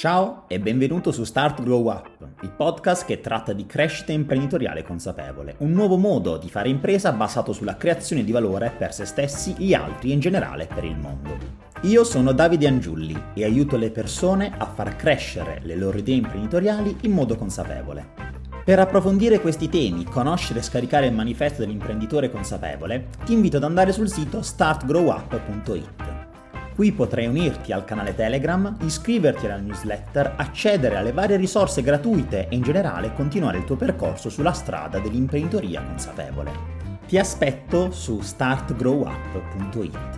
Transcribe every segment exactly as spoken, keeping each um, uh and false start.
Ciao e benvenuto su Start Grow Up, il podcast che tratta di crescita imprenditoriale consapevole, un nuovo modo di fare impresa basato sulla creazione di valore per se stessi, gli altri e in generale per il mondo. Io sono Davide Angiulli e aiuto le persone a far crescere le loro idee imprenditoriali in modo consapevole. Per approfondire questi temi, conoscere e scaricare il manifesto dell'imprenditore consapevole, ti invito ad andare sul sito start grow up punto it. Qui potrai unirti al canale Telegram, iscriverti alla newsletter, accedere alle varie risorse gratuite e in generale continuare il tuo percorso sulla strada dell'imprenditoria consapevole. Ti aspetto su start grow up punto it.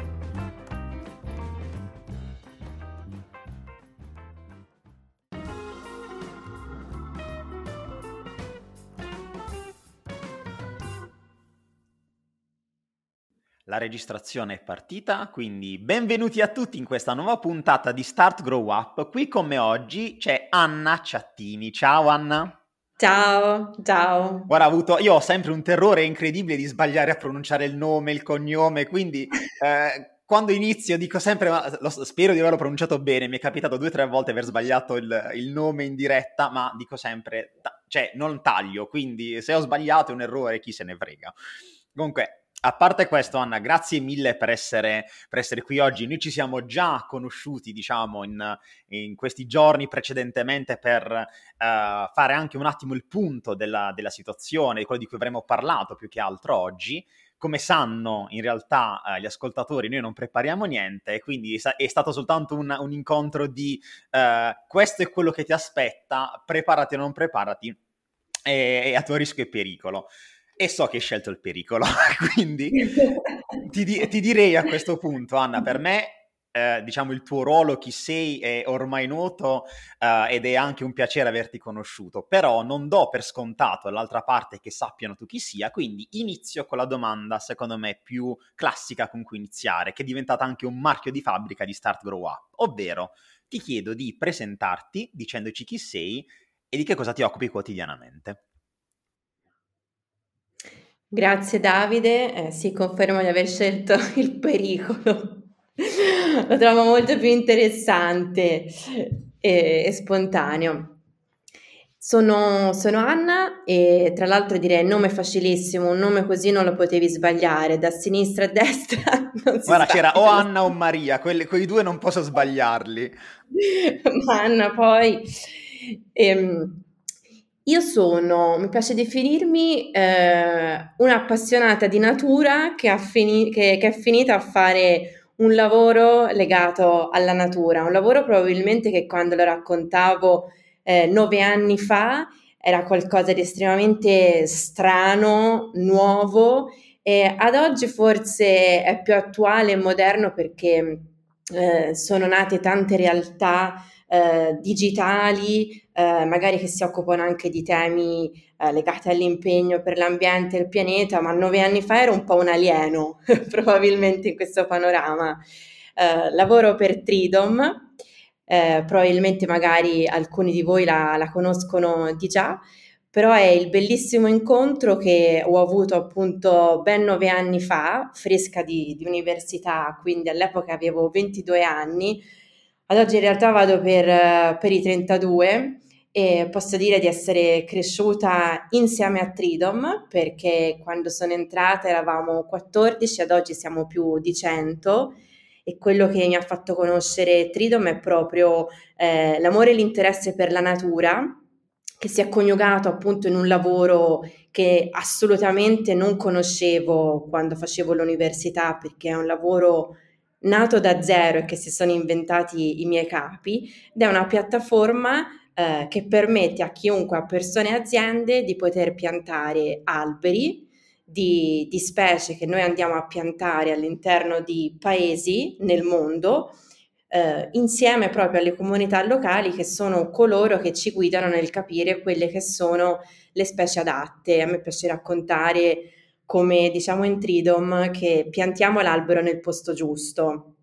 La registrazione è partita, quindi benvenuti a tutti in questa nuova puntata di Start Grow Up. Qui con me oggi c'è Anna Ciattini. Ciao Anna. Ciao, ciao. Guarda, ho avuto, io ho sempre un terrore incredibile di sbagliare a pronunciare il nome, il cognome, quindi eh, quando inizio dico sempre, ma lo, spero di averlo pronunciato bene, mi è capitato due o tre volte aver sbagliato il, il nome in diretta, ma dico sempre, ta- cioè non taglio, quindi se ho sbagliato è un errore, chi se ne frega. Comunque, a parte questo, Anna, grazie mille per essere, per essere qui oggi. Noi ci siamo già conosciuti, diciamo, in, in questi giorni precedentemente per uh, fare anche un attimo il punto della, della situazione, di quello di cui avremmo parlato più che altro oggi. Come sanno in realtà uh, gli ascoltatori, noi non prepariamo niente, quindi è stato soltanto un, un incontro di uh, questo è quello che ti aspetta, preparati o non preparati, e, e a tuo rischio e pericolo. E so che hai scelto il pericolo, quindi ti, di- ti direi a questo punto, Anna, per me, eh, diciamo, il tuo ruolo, chi sei, è ormai noto eh, ed è anche un piacere averti conosciuto, però non do per scontato dall'altra parte che sappiano tu chi sia, quindi inizio con la domanda, secondo me, più classica con cui iniziare, che è diventata anche un marchio di fabbrica di Start Grow Up, ovvero ti chiedo di presentarti dicendoci chi sei e di che cosa ti occupi quotidianamente. Grazie Davide, eh, sì, confermo di aver scelto il pericolo, lo trovo molto più interessante e, e spontaneo. Sono, sono Anna e tra l'altro direi nome facilissimo, un nome così non lo potevi sbagliare, da sinistra a destra non si Guarda, c'era o sbaglia. Anna o Maria, quelli, quei due non posso sbagliarli. Ma Anna poi... ehm, io sono, mi piace definirmi eh, un'appassionata di natura che, ha fini- che- che è finita a fare un lavoro legato alla natura, un lavoro probabilmente che quando lo raccontavo eh, nove anni fa era qualcosa di estremamente strano, nuovo e ad oggi forse è più attuale e moderno perché eh, sono nate tante realtà eh, digitali, eh, magari che si occupano anche di temi eh, legati all'impegno per l'ambiente e il pianeta, ma nove anni fa ero un po' un alieno, probabilmente in questo panorama. Eh, lavoro per Tridom, eh, probabilmente magari alcuni di voi la, la conoscono di già, però è il bellissimo incontro che ho avuto appunto ben nove anni fa, fresca di, di università, quindi all'epoca avevo ventidue anni, ad oggi in realtà vado per, eh, per i trentadue e posso dire di essere cresciuta insieme a Tridom perché quando sono entrata eravamo quattordici, ad oggi siamo più di cento e quello che mi ha fatto conoscere Tridom è proprio eh, l'amore e l'interesse per la natura che si è coniugato appunto in un lavoro che assolutamente non conoscevo quando facevo l'università perché è un lavoro nato da zero e che si sono inventati i miei capi ed è una piattaforma eh, che permette a chiunque, a persone e aziende di poter piantare alberi di, di specie che noi andiamo a piantare all'interno di paesi nel mondo eh, insieme proprio alle comunità locali che sono coloro che ci guidano nel capire quelle che sono le specie adatte. A me piace raccontare come diciamo in Tridom che piantiamo l'albero nel posto giusto.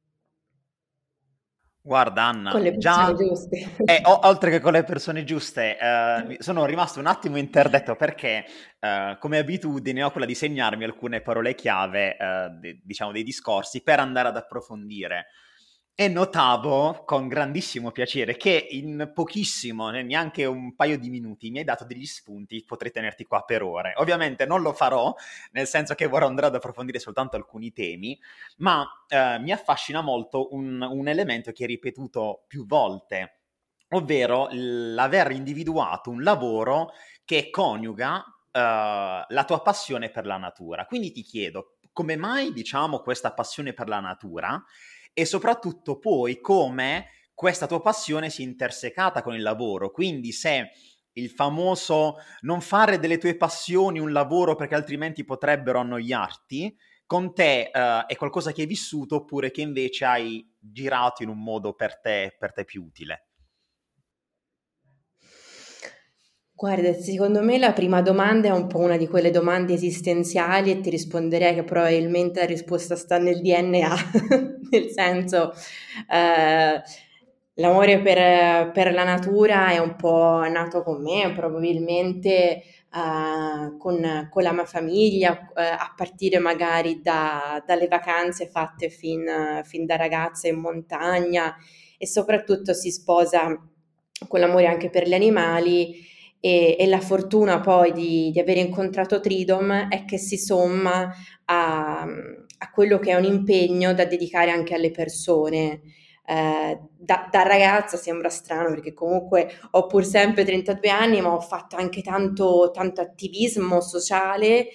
Guarda Con Anna, le persone già, giuste. eh, o- oltre che con le persone giuste, eh, mi- sono rimasto un attimo interdetto perché eh, come abitudine ho quella di segnarmi alcune parole chiave, eh, de- diciamo dei discorsi per andare ad approfondire. E notavo con grandissimo piacere che in pochissimo, ne- neanche un paio di minuti, mi hai dato degli spunti, potrei tenerti qua per ore. Ovviamente non lo farò, nel senso che vorrò andare ad approfondire soltanto alcuni temi, ma eh, mi affascina molto un, un elemento che hai ripetuto più volte, ovvero l'aver individuato un lavoro che coniuga eh, la tua passione per la natura. Quindi ti chiedo, come mai, diciamo, questa passione per la natura? E soprattutto poi come questa tua passione si è intersecata con il lavoro, quindi se il famoso non fare delle tue passioni un lavoro perché altrimenti potrebbero annoiarti, con te eh, è qualcosa che hai vissuto oppure che invece hai girato in un modo per te, per te più utile. Guarda, secondo me la prima domanda è un po' una di quelle domande esistenziali e ti risponderei che probabilmente la risposta sta nel D N A, nel senso, eh, l'amore per, per la natura è un po' nato con me, probabilmente eh, con, con la mia famiglia, eh, a partire magari da- dalle vacanze fatte fin, fin da ragazza in montagna e soprattutto si sposa con l'amore anche per gli animali e, e la fortuna poi di, di aver incontrato Tridom è che si somma a, a quello che è un impegno da dedicare anche alle persone. Eh, da, da ragazza sembra strano perché comunque ho pur sempre trentadue anni, ma ho fatto anche tanto, tanto attivismo sociale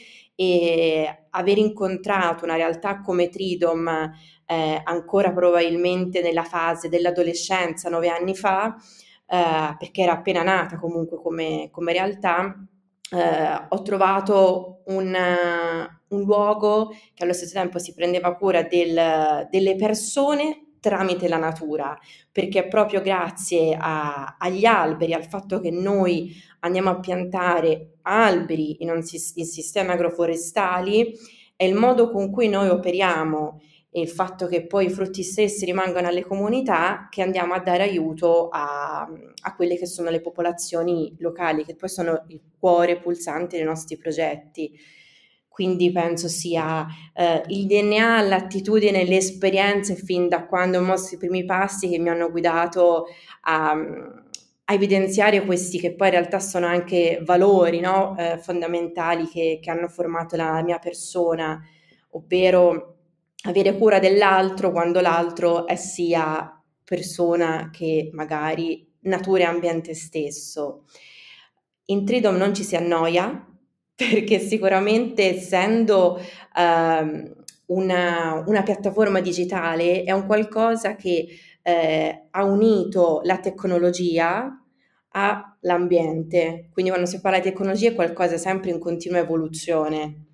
e aver incontrato una realtà come Tridom eh, ancora probabilmente nella fase dell'adolescenza, nove anni fa, eh, perché era appena nata comunque come, come realtà, eh, ho trovato un, un luogo che allo stesso tempo si prendeva cura del- delle persone tramite la natura, perché proprio grazie a- agli alberi, al fatto che noi andiamo a piantare alberi in, un sis- in sistemi agroforestali, è il modo con cui noi operiamo e il fatto che poi i frutti stessi rimangano alle comunità, che andiamo a dare aiuto a, a quelle che sono le popolazioni locali, che poi sono il cuore pulsante dei nostri progetti. Quindi penso sia eh, il D N A, l'attitudine, le esperienze fin da quando ho mosso i primi passi che mi hanno guidato a, a evidenziare questi che poi in realtà sono anche valori, no? eh, fondamentali che, che hanno formato la mia persona, ovvero avere cura dell'altro quando l'altro è sia persona che magari natura e ambiente stesso. In Tridom non ci si annoia perché sicuramente essendo ehm, una, una piattaforma digitale è un qualcosa che eh, ha unito la tecnologia all'ambiente. Quindi quando si parla di tecnologia è qualcosa sempre in continua evoluzione.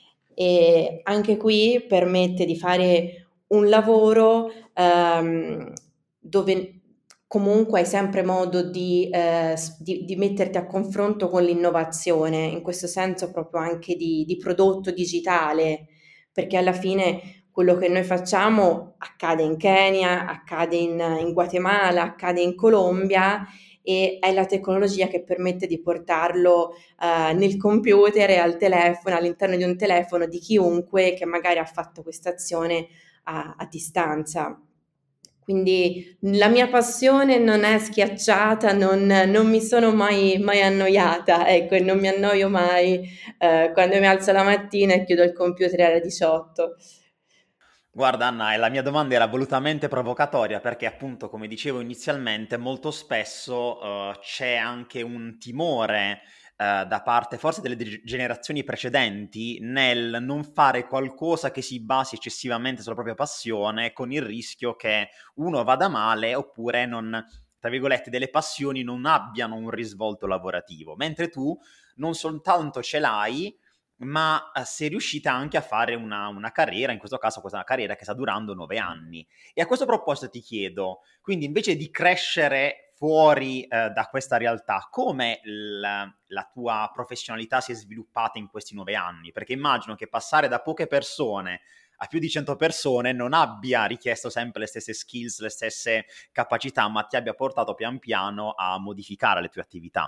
E anche qui permette di fare un lavoro ehm, dove comunque hai sempre modo di, eh, s- di- di metterti a confronto con l'innovazione, in questo senso proprio anche di, di prodotto digitale, perché alla fine quello che noi facciamo accade in Kenya, accade in, in Guatemala, accade in Colombia e è la tecnologia che permette di portarlo eh, nel computer e al telefono, all'interno di un telefono di chiunque che magari ha fatto questa azione a, a distanza. Quindi la mia passione non è schiacciata, non, non mi sono mai, mai annoiata, ecco, e non mi annoio mai eh, quando mi alzo la mattina e chiudo il computer alle diciotto. Guarda Anna, e la mia domanda era volutamente provocatoria perché appunto, come dicevo inizialmente, molto spesso eh, c'è anche un timore eh, da parte forse delle de- generazioni precedenti nel non fare qualcosa che si basi eccessivamente sulla propria passione, con il rischio che uno vada male oppure non, tra virgolette, delle passioni non abbiano un risvolto lavorativo, mentre tu non soltanto ce l'hai, ma eh, sei riuscita anche a fare una, una carriera, in questo caso questa è una carriera che sta durando nove anni. E a questo proposito ti chiedo, quindi invece di crescere fuori eh, da questa realtà, come la, la tua professionalità si è sviluppata in questi nove anni? Perché immagino che passare da poche persone a più di cento persone non abbia richiesto sempre le stesse skills, le stesse capacità, ma ti abbia portato pian piano a modificare le tue attività.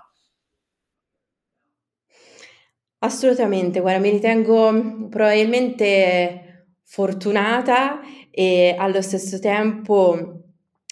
Assolutamente, guarda, mi ritengo probabilmente fortunata e allo stesso tempo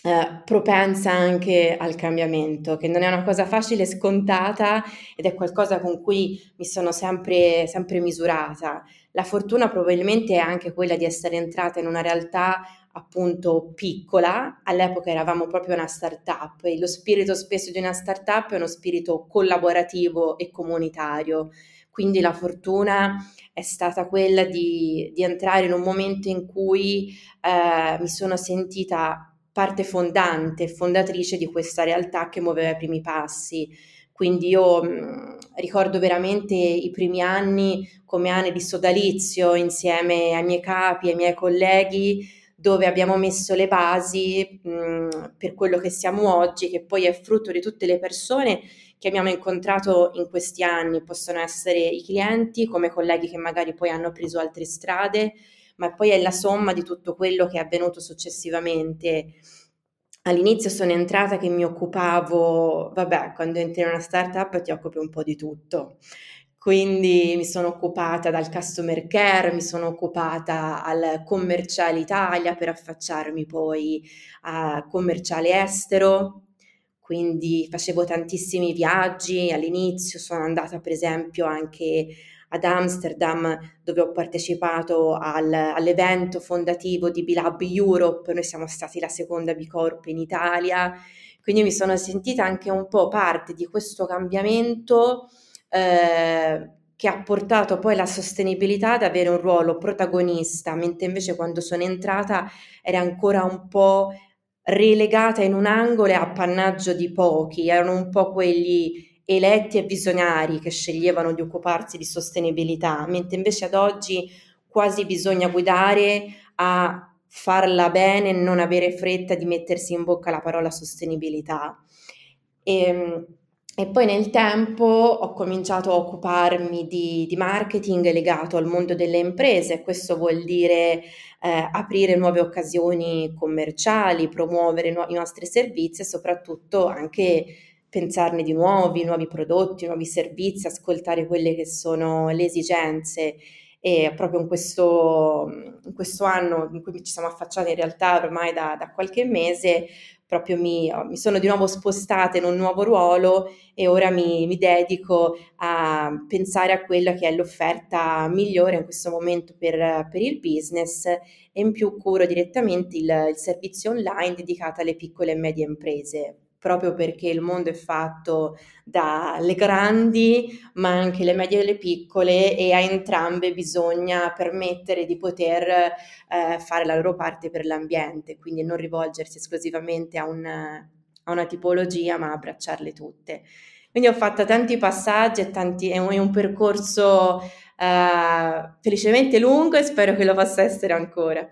eh, propensa anche al cambiamento, che non è una cosa facile e scontata ed è qualcosa con cui mi sono sempre, sempre misurata. La fortuna probabilmente è anche quella di essere entrata in una realtà appunto piccola, all'epoca eravamo proprio una startup e lo spirito spesso di una startup è uno spirito collaborativo e comunitario, quindi la fortuna è stata quella di, di entrare in un momento in cui eh, mi sono sentita parte fondante, fondatrice di questa realtà che muoveva i primi passi. Quindi io mh, ricordo veramente i primi anni come anni di sodalizio insieme ai miei capi, ai miei colleghi, dove abbiamo messo le basi mh, per quello che siamo oggi, che poi è frutto di tutte le persone che abbiamo incontrato in questi anni, possono essere i clienti come colleghi che magari poi hanno preso altre strade, ma poi è la somma di tutto quello che è avvenuto successivamente. All'inizio sono entrata che mi occupavo, vabbè, quando entri in una startup ti occupi un po' di tutto. Quindi mi sono occupata dal customer care, mi sono occupata al commerciale Italia per affacciarmi poi a commerciale estero. Quindi facevo tantissimi viaggi all'inizio, sono andata per esempio anche ad Amsterdam dove ho partecipato al, all'evento fondativo di B-Lab Europe, noi siamo stati la seconda B Corp in Italia, quindi mi sono sentita anche un po' parte di questo cambiamento eh, che ha portato poi la sostenibilità ad avere un ruolo protagonista, mentre invece quando sono entrata era ancora un po' relegata in un angolo e appannaggio di pochi, erano un po' quelli eletti e visionari che sceglievano di occuparsi di sostenibilità, mentre invece ad oggi quasi bisogna guidare a farla bene e non avere fretta di mettersi in bocca la parola sostenibilità. E, e poi nel tempo ho cominciato a occuparmi di, di marketing legato al mondo delle imprese, questo vuol dire eh, aprire nuove occasioni commerciali, promuovere nu- i nostri servizi e soprattutto anche pensarne di nuovi, nuovi prodotti, nuovi servizi, ascoltare quelle che sono le esigenze. E proprio in questo, in questo anno in cui ci siamo affacciati in realtà ormai da, da qualche mese, proprio mi, mi sono di nuovo spostata in un nuovo ruolo e ora mi, mi dedico a pensare a quella che è l'offerta migliore in questo momento per, per il business e in più curo direttamente il, il servizio online dedicato alle piccole e medie imprese, proprio perché il mondo è fatto dalle grandi, ma anche le medie e le piccole e a entrambe bisogna permettere di poter eh, fare la loro parte per l'ambiente, quindi non rivolgersi esclusivamente a, un, a una tipologia, ma abbracciarle tutte. Quindi ho fatto tanti passaggi e tanti, è un, è un percorso eh, felicemente lungo e spero che lo possa essere ancora.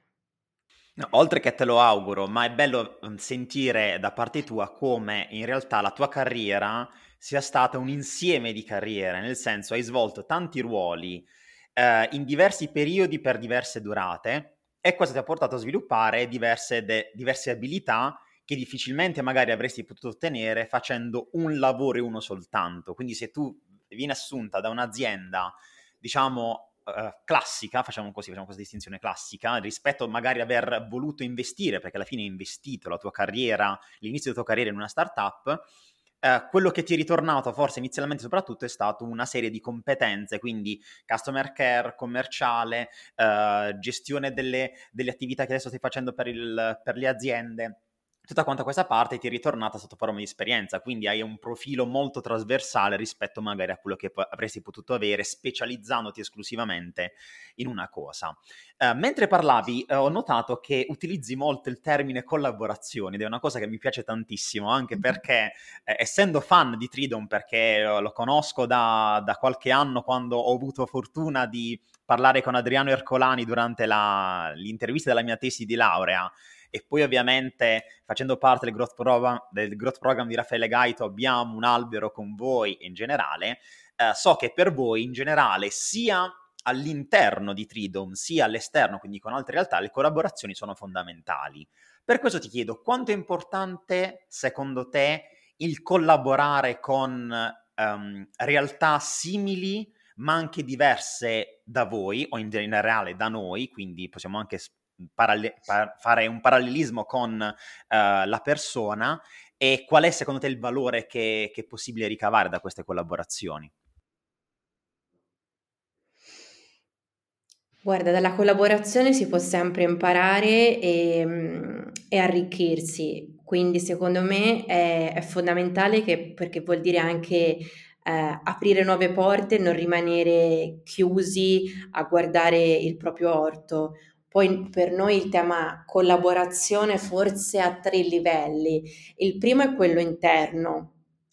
No, oltre che te lo auguro, ma è bello mm, sentire da parte tua come in realtà la tua carriera sia stata un insieme di carriere, nel senso hai svolto tanti ruoli eh, in diversi periodi per diverse durate e questo ti ha portato a sviluppare diverse, de- diverse abilità che difficilmente magari avresti potuto ottenere facendo un lavoro e uno soltanto. Quindi se tu vieni assunta da un'azienda, diciamo, eh, classica, facciamo così, facciamo questa distinzione classica, rispetto magari aver voluto investire, perché alla fine hai investito la tua carriera, l'inizio della tua carriera in una startup, eh, quello che ti è ritornato forse inizialmente soprattutto è stato una serie di competenze, quindi customer care, commerciale, eh, gestione delle, delle attività che adesso stai facendo per, il, per le aziende. Tutta quanta questa parte ti è ritornata sotto forma di esperienza, quindi hai un profilo molto trasversale rispetto magari a quello che po- avresti potuto avere specializzandoti esclusivamente in una cosa. Uh, mentre parlavi, uh, ho notato che utilizzi molto il termine collaborazioni ed è una cosa che mi piace tantissimo, anche perché, eh, essendo fan di Tridom, perché uh, lo conosco da, da qualche anno quando ho avuto fortuna di parlare con Adriano Ercolani durante la, l'intervista della mia tesi di laurea, e poi ovviamente facendo parte del growth program, del growth program di Raffaele Gaito abbiamo un albero con voi in generale, eh, so che per voi in generale sia all'interno di Tridom sia all'esterno, quindi con altre realtà, le collaborazioni sono fondamentali. Per questo ti chiedo quanto è importante secondo te il collaborare con um, realtà simili ma anche diverse da voi o in generale da noi, quindi possiamo anche paralle- pa- fare un parallelismo con eh, la persona, e qual è secondo te il valore che, che è possibile ricavare da queste collaborazioni? Guarda, dalla collaborazione si può sempre imparare e, mm, e arricchirsi, quindi secondo me è, è fondamentale che, perché vuol dire anche eh, aprire nuove porte e non rimanere chiusi a guardare il proprio orto. Poi per noi il tema collaborazione forse ha tre livelli. Il primo è quello interno,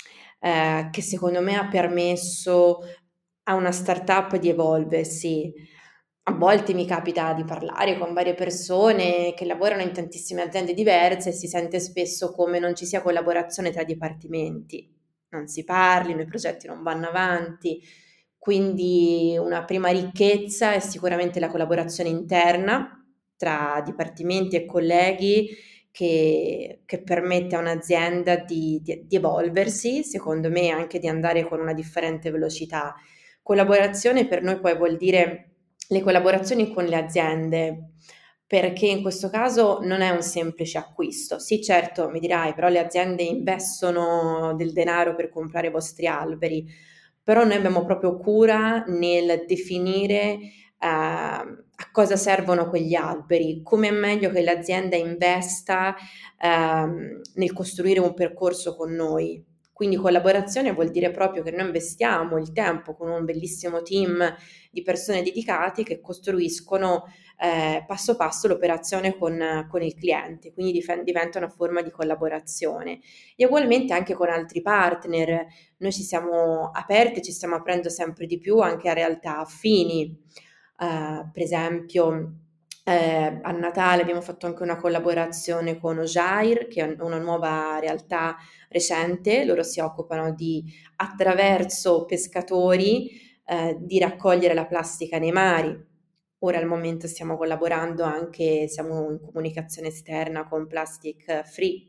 eh, che secondo me ha permesso a una startup di evolversi. A volte mi capita di parlare con varie persone che lavorano in tantissime aziende diverse e si sente spesso come non ci sia collaborazione tra dipartimenti, non si parlino, i progetti non vanno avanti. Quindi una prima ricchezza è sicuramente la collaborazione interna tra dipartimenti e colleghi che, che permette a un'azienda di, di, di evolversi, secondo me anche di andare con una differente velocità. Collaborazione per noi poi vuol dire le collaborazioni con le aziende, perché in questo caso non è un semplice acquisto. Sì, certo, mi dirai, però le aziende investono del denaro per comprare i vostri alberi, però noi abbiamo proprio cura nel definire uh, a cosa servono quegli alberi, come è meglio che l'azienda investa uh, nel costruire un percorso con noi. Quindi collaborazione vuol dire proprio che noi investiamo il tempo con un bellissimo team di persone dedicate che costruiscono eh, passo passo l'operazione con, con il cliente, quindi dif- diventa una forma di collaborazione. E ugualmente anche con altri partner, noi ci siamo aperti, ci stiamo aprendo sempre di più anche a realtà affini. Uh, per esempio, eh, a Natale abbiamo fatto anche una collaborazione con Ojair, che è una nuova realtà recente. Loro si occupano di, attraverso pescatori, eh, di raccogliere la plastica nei mari. Ora al momento stiamo collaborando anche, siamo in comunicazione esterna con Plastic Free,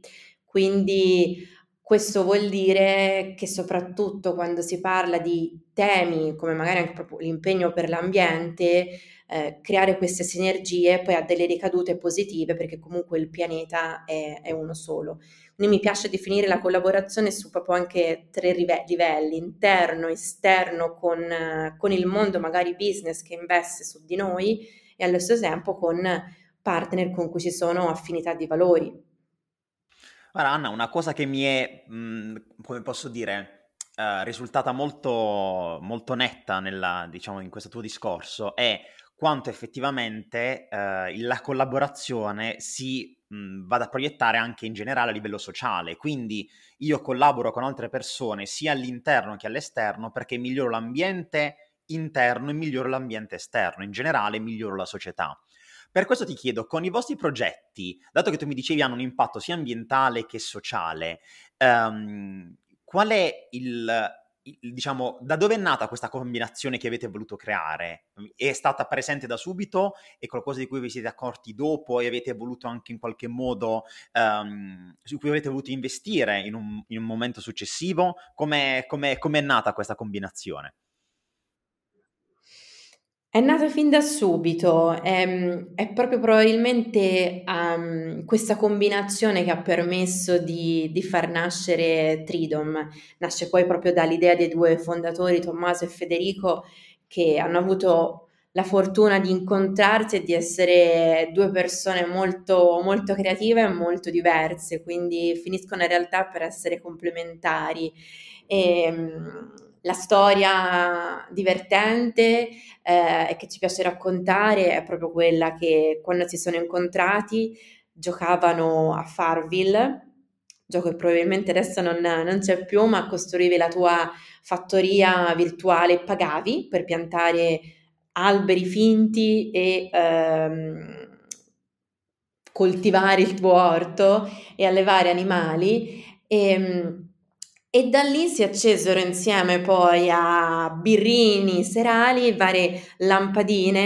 quindi questo vuol dire che soprattutto quando si parla di temi come magari anche proprio l'impegno per l'ambiente, eh, creare queste sinergie poi ha delle ricadute positive perché comunque il pianeta è, è uno solo. Quindi mi piace definire la collaborazione su proprio anche tre rive- livelli, interno, esterno, con, eh, con il mondo magari business che investe su di noi e allo stesso tempo con partner con cui ci sono affinità di valori. Guarda, Anna, una cosa che mi è, mh, come posso dire, eh, risultata molto, molto netta nella, diciamo, in questo tuo discorso è quanto effettivamente eh, la collaborazione si mh, vada a proiettare anche in generale a livello sociale. Quindi io collaboro con altre persone sia all'interno che all'esterno perché miglioro l'ambiente interno e miglioro l'ambiente esterno. In generale miglioro la società. Per questo ti chiedo, con i vostri progetti, dato che tu mi dicevi hanno un impatto sia ambientale che sociale, ehm, qual è il, il- diciamo, da dove è nata questa combinazione che avete voluto creare? È stata presente da subito? È qualcosa di cui vi siete accorti dopo e avete voluto anche in qualche modo, ehm, su cui avete voluto investire in un, in un momento successivo? Come è nata questa combinazione? È nata fin da subito, ehm, è proprio probabilmente, uhm, questa combinazione che ha permesso di di far nascere Tridom. Nasce poi proprio dall'idea dei due fondatori, Tommaso e Federico, che hanno avuto la fortuna di incontrarsi e di essere due persone molto molto creative e molto diverse, quindi finiscono in realtà per essere complementari. Ehm, la storia divertente eh, e che ci piace raccontare è proprio quella che quando si sono incontrati giocavano a Farmville, gioco che probabilmente adesso non, non c'è più, ma costruivi la tua fattoria virtuale, pagavi per piantare alberi finti e ehm, coltivare il tuo orto e allevare animali e, e da lì si accesero insieme poi a birrini serali, varie lampadine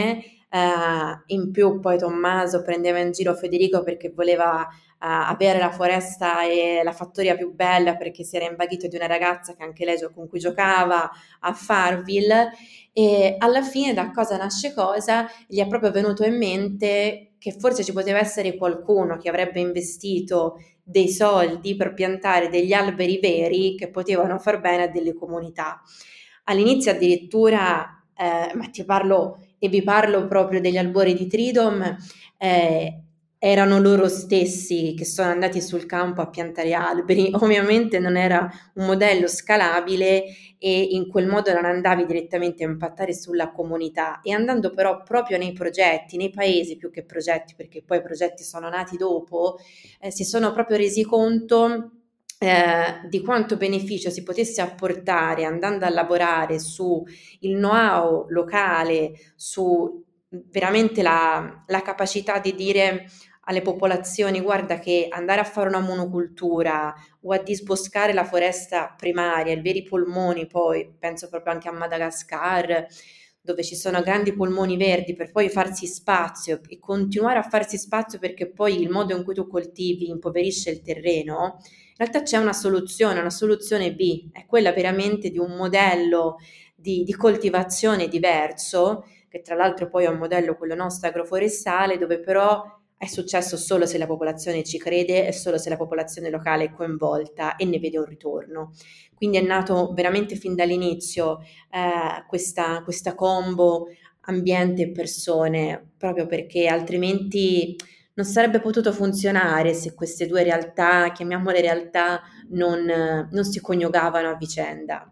eh, in più poi Tommaso prendeva in giro Federico perché voleva eh, avere la foresta e la fattoria più bella perché si era invaghito di una ragazza che anche lei gio- con cui giocava a Farville e alla fine da cosa nasce cosa gli è proprio venuto in mente che forse ci poteva essere qualcuno che avrebbe investito dei soldi per piantare degli alberi veri che potevano far bene a delle comunità. All'inizio addirittura, eh, ma ti parlo e vi parlo proprio degli albori di Tridom, eh, erano loro stessi che sono andati sul campo a piantare alberi. Ovviamente non era un modello scalabile e in quel modo non andavi direttamente a impattare sulla comunità e andando però proprio nei progetti, nei paesi più che progetti, perché poi i progetti sono nati dopo, eh, si sono proprio resi conto eh, di quanto beneficio si potesse apportare andando a lavorare su il know-how locale, su veramente la, la capacità di dire alle popolazioni guarda che andare a fare una monocultura o a disboscare la foresta primaria, i veri polmoni poi, penso proprio anche a Madagascar, dove ci sono grandi polmoni verdi per poi farsi spazio e continuare a farsi spazio perché poi il modo in cui tu coltivi impoverisce il terreno, in realtà c'è una soluzione, una soluzione B, è quella veramente di un modello di, di coltivazione diverso, che tra l'altro poi è un modello quello nostro agroforestale, dove però è successo solo se la popolazione ci crede e solo se la popolazione locale è coinvolta e ne vede un ritorno. Quindi è nato veramente fin dall'inizio eh, questa, questa combo ambiente e persone, proprio perché altrimenti non sarebbe potuto funzionare se queste due realtà, chiamiamole realtà, non, non si coniugavano a vicenda.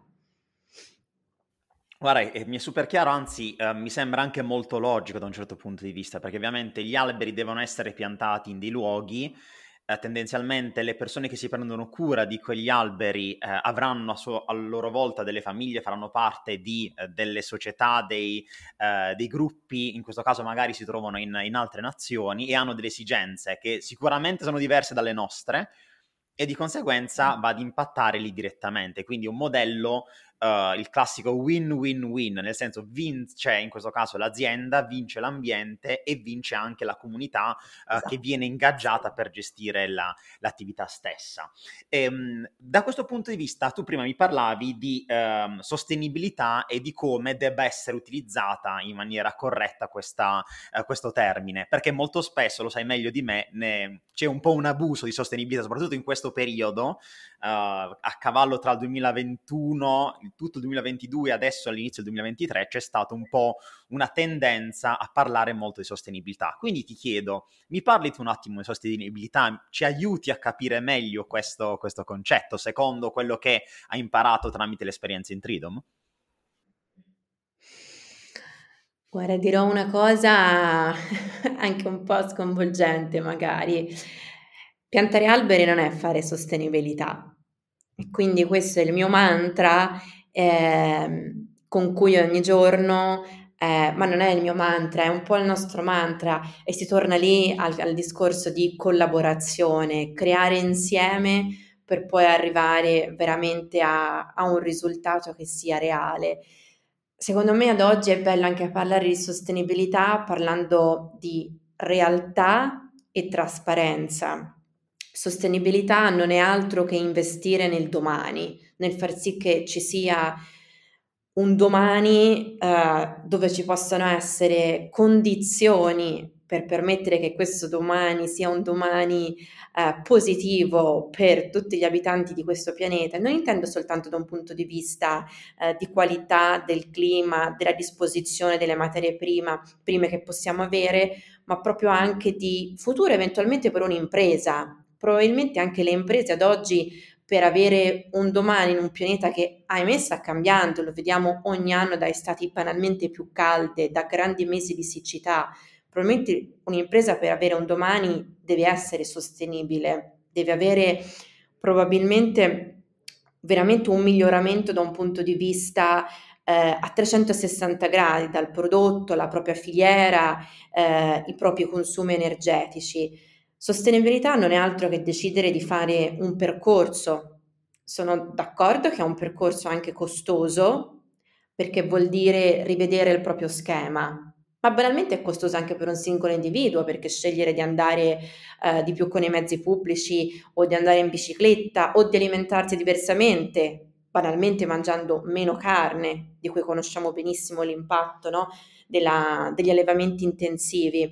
Guarda, eh, mi è super chiaro, anzi, eh, mi sembra anche molto logico da un certo punto di vista, perché ovviamente gli alberi devono essere piantati in dei luoghi, eh, tendenzialmente le persone che si prendono cura di quegli alberi eh, avranno a, suo- a loro volta delle famiglie, faranno parte di eh, delle società, dei, eh, dei gruppi, in questo caso magari si trovano in, in altre nazioni e hanno delle esigenze che sicuramente sono diverse dalle nostre e di conseguenza va ad impattare lì direttamente, quindi un modello Uh, il classico win-win-win, nel senso vince in questo caso l'azienda, vince l'ambiente e vince anche la comunità uh, che Esatto. viene ingaggiata per gestire la, l'attività stessa. E, um, da questo punto di vista tu prima mi parlavi di um, sostenibilità e di come debba essere utilizzata in maniera corretta questa, uh, questo termine, perché molto spesso, lo sai meglio di me, ne, c'è un po' un abuso di sostenibilità, soprattutto in questo periodo, Uh, a cavallo tra il duemilaventuno, tutto il duemilaventidue e adesso all'inizio del duemilaventitré c'è stata un po' una tendenza a parlare molto di sostenibilità. Quindi ti chiedo, mi parli tu un attimo di sostenibilità, ci aiuti a capire meglio questo, questo concetto, secondo quello che hai imparato tramite l'esperienza in Tridom? Guarda, dirò una cosa anche un po' sconvolgente magari. Piantare alberi non è fare sostenibilità. E quindi questo è il mio mantra ehm, con cui ogni giorno, eh, ma non è il mio mantra, è un po' il nostro mantra e si torna lì al, al discorso di collaborazione, creare insieme per poi arrivare veramente a, a un risultato che sia reale. Secondo me ad oggi è bello anche parlare di sostenibilità parlando di realtà e trasparenza. Sostenibilità non è altro che investire nel domani, nel far sì che ci sia un domani eh, dove ci possano essere condizioni per permettere che questo domani sia un domani eh, positivo per tutti gli abitanti di questo pianeta. Non intendo soltanto da un punto di vista eh, di qualità del clima, della disposizione delle materie prima, prime che possiamo avere, ma proprio anche di futuro eventualmente per un'impresa. Probabilmente anche le imprese ad oggi per avere un domani in un pianeta che ahimè sta cambiando, lo vediamo ogni anno da estati banalmente più calde, da grandi mesi di siccità. Probabilmente un'impresa per avere un domani deve essere sostenibile, deve avere probabilmente veramente un miglioramento da un punto di vista eh, a trecentosessanta gradi, dal prodotto, la propria filiera, eh, i propri consumi energetici. Sostenibilità non è altro che decidere di fare un percorso. Sono d'accordo che è un percorso anche costoso, perché vuol dire rivedere il proprio schema, ma banalmente è costosa anche per un singolo individuo, perché scegliere di andare eh, di più con i mezzi pubblici o di andare in bicicletta o di alimentarsi diversamente, banalmente mangiando meno carne, di cui conosciamo benissimo l'impatto, no? Della- degli allevamenti intensivi.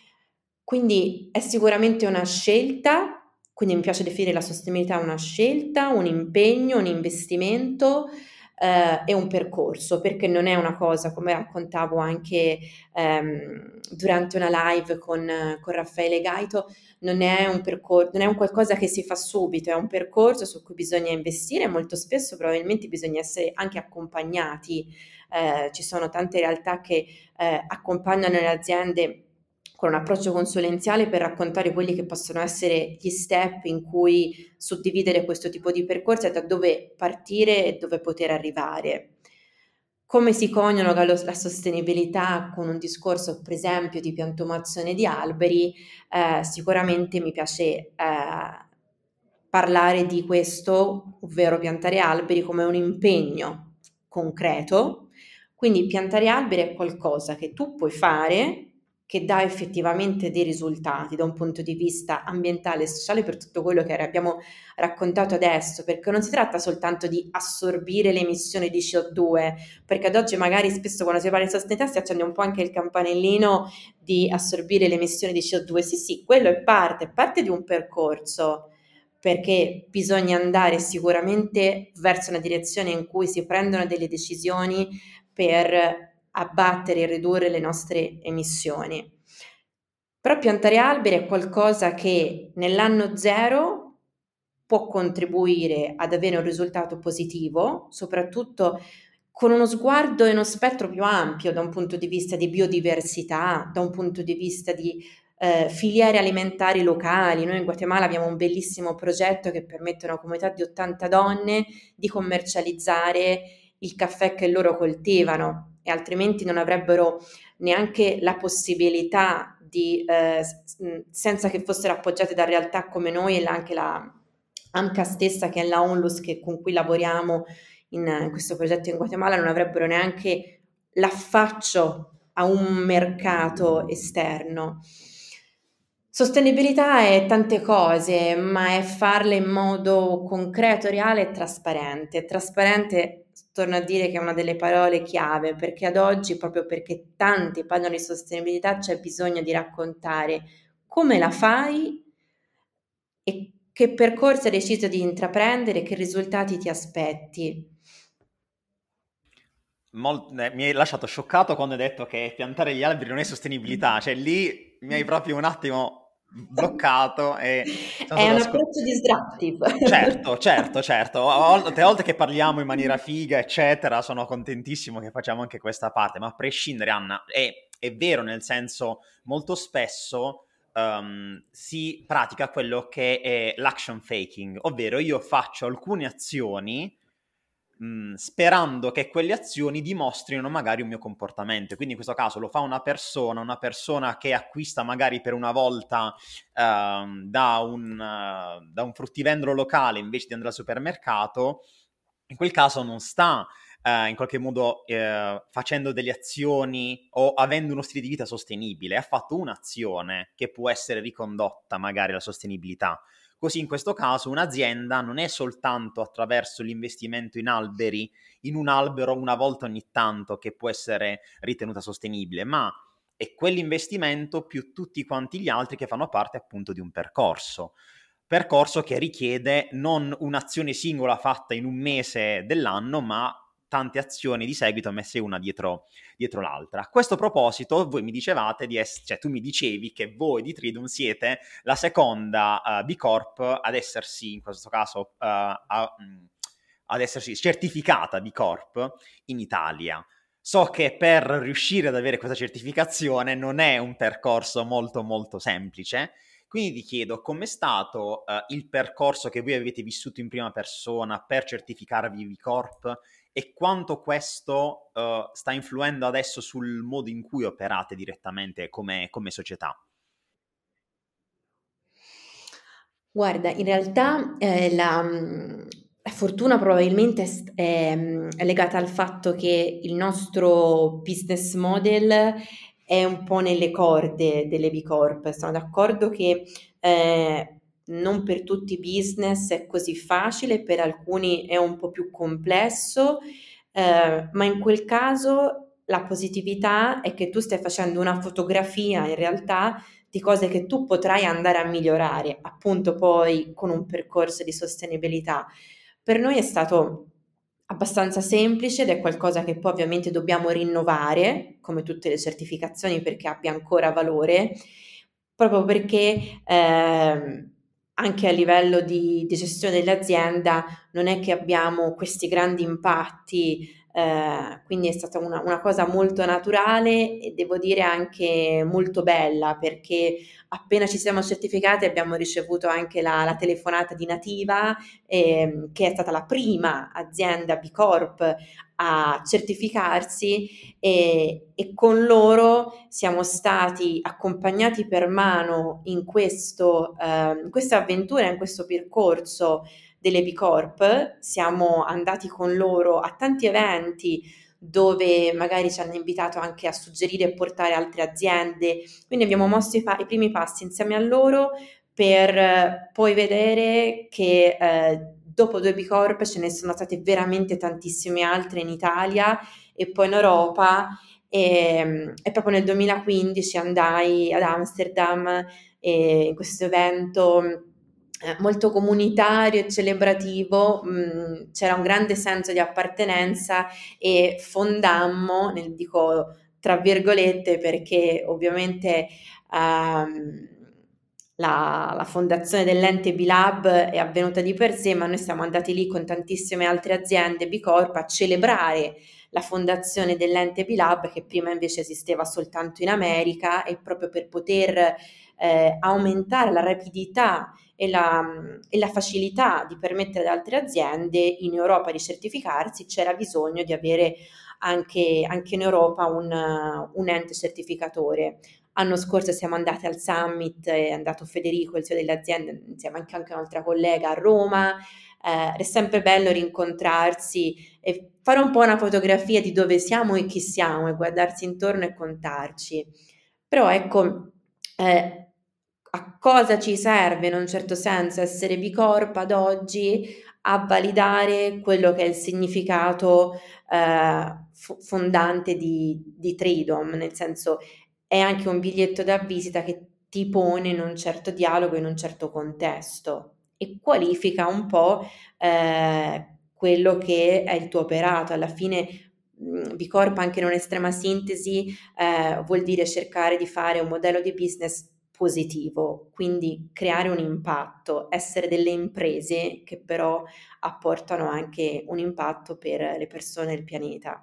Quindi è sicuramente una scelta, quindi mi piace definire la sostenibilità una scelta, un impegno, un investimento eh, e un percorso, perché non è una cosa, come raccontavo anche ehm, durante una live con, con Raffaele Gaito, non è un percorso, non è un qualcosa che si fa subito, è un percorso su cui bisogna investire e molto spesso probabilmente bisogna essere anche accompagnati. Eh, ci sono tante realtà che eh, accompagnano le aziende con un approccio consulenziale per raccontare quelli che possono essere gli step in cui suddividere questo tipo di percorsi e da dove partire e dove poter arrivare. Come si coniuga lo- la sostenibilità con un discorso, per esempio, di piantumazione di alberi, eh, sicuramente mi piace eh, parlare di questo, ovvero piantare alberi come un impegno concreto. Quindi piantare alberi è qualcosa che tu puoi fare, che dà effettivamente dei risultati da un punto di vista ambientale e sociale per tutto quello che abbiamo raccontato adesso, perché non si tratta soltanto di assorbire le emissioni di C O due, perché ad oggi magari spesso quando si parla di sostenibilità si accende un po' anche il campanellino di assorbire le emissioni di C O due. Sì, sì, quello è parte, è parte di un percorso, perché bisogna andare sicuramente verso una direzione in cui si prendono delle decisioni per abbattere e ridurre le nostre emissioni. Però piantare alberi è qualcosa che nell'anno zero può contribuire ad avere un risultato positivo, soprattutto con uno sguardo e uno spettro più ampio da un punto di vista di biodiversità, da un punto di vista di eh, filiere alimentari locali. Noi in Guatemala abbiamo un bellissimo progetto che permette a una comunità di ottanta donne di commercializzare il caffè che loro coltivano e altrimenti non avrebbero neanche la possibilità di, eh, senza che fossero appoggiate da realtà come noi e anche la AMCA stessa, che è la ONLUS che, con cui lavoriamo in, in questo progetto in Guatemala, non avrebbero neanche l'affaccio a un mercato esterno. Sostenibilità è tante cose, ma è farle in modo concreto, reale e trasparente. Trasparente, torno a dire che è una delle parole chiave, perché ad oggi, proprio perché tanti parlano di sostenibilità, c'è bisogno di raccontare come la fai e che percorso hai deciso di intraprendere, che risultati ti aspetti. Mol- eh, mi hai lasciato scioccato quando hai detto che piantare gli alberi non è sostenibilità, cioè lì mi hai proprio un attimo bloccato e sono È stato un ascol- approccio disruptive. Certo, certo, certo. A volte, a volte che parliamo in maniera figa, eccetera, sono contentissimo che facciamo anche questa parte, ma a prescindere, Anna, è, è vero nel senso, molto spesso ehm, si pratica quello che è l'action faking, ovvero io faccio alcune azioni mh, sperando che quelle azioni dimostrino magari un mio comportamento. Quindi in questo caso lo fa una persona, una persona che acquista magari per una volta ehm, da, un, uh, da un fruttivendolo locale invece di andare al supermercato, in quel caso non sta eh, in qualche modo eh, facendo delle azioni o avendo uno stile di vita sostenibile, ha fatto un'azione che può essere ricondotta magari alla sostenibilità. Così in questo caso un'azienda non è soltanto attraverso l'investimento in alberi, in un albero una volta ogni tanto che può essere ritenuta sostenibile, ma è quell'investimento più tutti quanti gli altri che fanno parte appunto di un percorso. Percorso che richiede non un'azione singola fatta in un mese dell'anno, ma tante azioni di seguito messe una dietro, dietro l'altra. A questo proposito, voi mi dicevate di essere, cioè tu mi dicevi che voi di Tridum siete la seconda uh, B Corp ad essersi, in questo caso, uh, a, mh, ad essersi certificata B Corp in Italia. So che per riuscire ad avere questa certificazione non è un percorso molto molto semplice, quindi ti chiedo com'è stato uh, il percorso che voi avete vissuto in prima persona per certificarvi B Corp e quanto questo uh, sta influendo adesso sul modo in cui operate direttamente come, come società. Guarda, in realtà eh, la, mh, la fortuna probabilmente è, st- è, mh, è legata al fatto che il nostro business model è un po' nelle corde delle B Corp. Sono d'accordo che eh, non per tutti i business è così facile, per alcuni è un po' più complesso, eh, ma in quel caso la positività è che tu stai facendo una fotografia in realtà di cose che tu potrai andare a migliorare, appunto poi con un percorso di sostenibilità. Per noi è stato abbastanza semplice ed è qualcosa che poi ovviamente dobbiamo rinnovare, come tutte le certificazioni, perché abbia ancora valore, proprio perché ehm, anche a livello di, di gestione dell'azienda non è che abbiamo questi grandi impatti, eh, quindi è stata una, una cosa molto naturale e devo dire anche molto bella, perché appena ci siamo certificati abbiamo ricevuto anche la, la telefonata di Nativa, ehm, che è stata la prima azienda B Corp a certificarsi, e, e con loro siamo stati accompagnati per mano in questo, eh, in questa avventura, in questo percorso delle B Corp. Siamo andati con loro a tanti eventi dove magari ci hanno invitato anche a suggerire e portare altre aziende, quindi abbiamo mosso i, pa- i primi passi insieme a loro per eh, poi vedere che eh, dopo due B Corp ce ne sono state veramente tantissime altre in Italia e poi in Europa, e, e proprio nel duemilaquindici andai ad Amsterdam e in questo evento eh, molto comunitario e celebrativo, mh, c'era un grande senso di appartenenza e fondammo, nel dico tra virgolette perché ovviamente ehm, la, la fondazione dell'ente B-Lab è avvenuta di per sé, ma noi siamo andati lì con tantissime altre aziende B Corp a celebrare la fondazione dell'ente B-Lab, che prima invece esisteva soltanto in America, e proprio per poter eh, aumentare la rapidità e la, e la facilità di permettere ad altre aziende in Europa di certificarsi, c'era bisogno di avere anche, anche in Europa un, un ente certificatore. L'anno scorso siamo andati al summit, è andato Federico, il C E O dell'azienda, insieme anche, anche a un'altra collega a Roma. Eh, è sempre bello rincontrarsi e fare un po' una fotografia di dove siamo e chi siamo, e guardarsi intorno e contarci. Però ecco, eh, a cosa ci serve in un certo senso essere B Corp ad oggi? A validare quello che è il significato eh, fo- fondante di, di Tradom, nel senso è anche un biglietto da visita che ti pone in un certo dialogo, in un certo contesto e qualifica un po' eh, quello che è il tuo operato. Alla fine mh, B Corp, anche in un'estrema sintesi, eh, vuol dire cercare di fare un modello di business positivo, quindi creare un impatto, essere delle imprese che però apportano anche un impatto per le persone e il pianeta.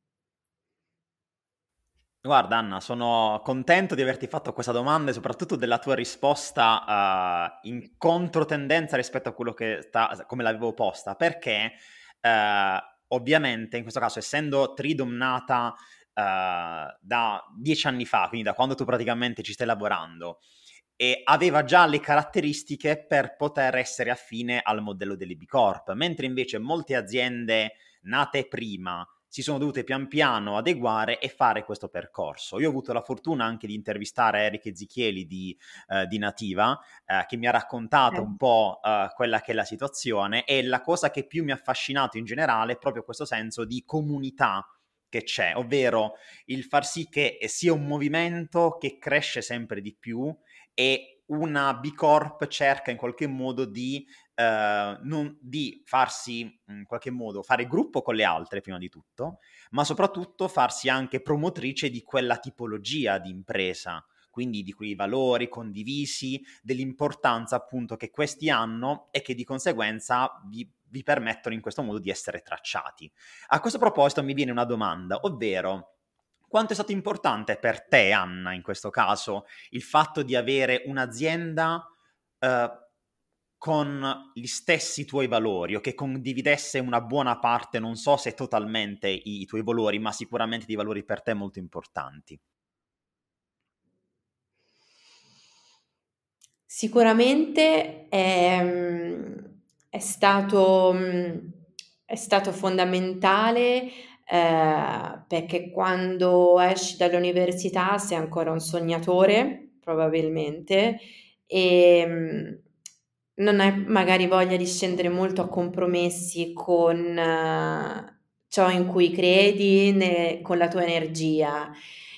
Guarda Anna, sono contento di averti fatto questa domanda e soprattutto della tua risposta eh, in controtendenza rispetto a quello che sta, come l'avevo posta, perché eh, ovviamente in questo caso, essendo Tridom nata eh, da dieci anni fa, quindi da quando tu praticamente ci stai lavorando, e aveva già le caratteristiche per poter essere affine al modello delle B Corp, mentre invece molte aziende nate prima si sono dovute pian piano adeguare e fare questo percorso. Io ho avuto la fortuna anche di intervistare Eric Ezichieli di, eh, di Nativa, eh, che mi ha raccontato un po' eh, quella che è la situazione, e la cosa che più mi ha affascinato in generale è proprio questo senso di comunità che c'è, ovvero il far sì che sia un movimento che cresce sempre di più, e una B Corp cerca in qualche modo di Uh, non, di farsi in qualche modo fare gruppo con le altre prima di tutto, ma soprattutto farsi anche promotrice di quella tipologia di impresa, quindi di quei valori condivisi, dell'importanza appunto che questi hanno e che di conseguenza vi, vi permettono in questo modo di essere tracciati. A questo proposito mi viene una domanda, ovvero: quanto è stato importante per te, Anna, in questo caso, il fatto di avere un'azienda eh, con gli stessi tuoi valori, o che condividesse una buona parte, non so se totalmente i, i tuoi valori, ma sicuramente dei valori per te molto importanti? Sicuramente è, mhmm, è stato mhmm, è stato fondamentale, eh, perché quando esci dall'università sei ancora un sognatore, probabilmente, e mm, non hai magari voglia di scendere molto a compromessi con eh, ciò in cui credi, ne- con la tua energia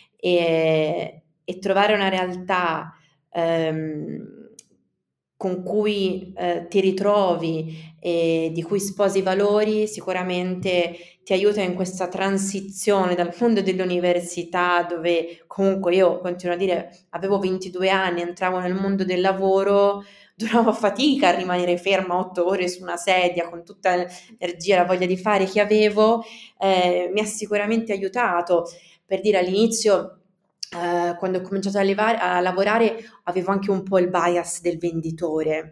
e, e trovare una realtà ehm, con cui eh, ti ritrovi e di cui sposi i valori, sicuramente ti aiuta in questa transizione dal mondo dell'università, dove comunque io continuo a dire, avevo ventidue anni, entravo nel mondo del lavoro, duravo fatica a rimanere ferma otto ore su una sedia con tutta l'energia e la voglia di fare che avevo, eh, mi ha sicuramente aiutato. Per dire all'inizio, eh, quando ho cominciato a, levare- a lavorare, avevo anche un po' il bias del venditore.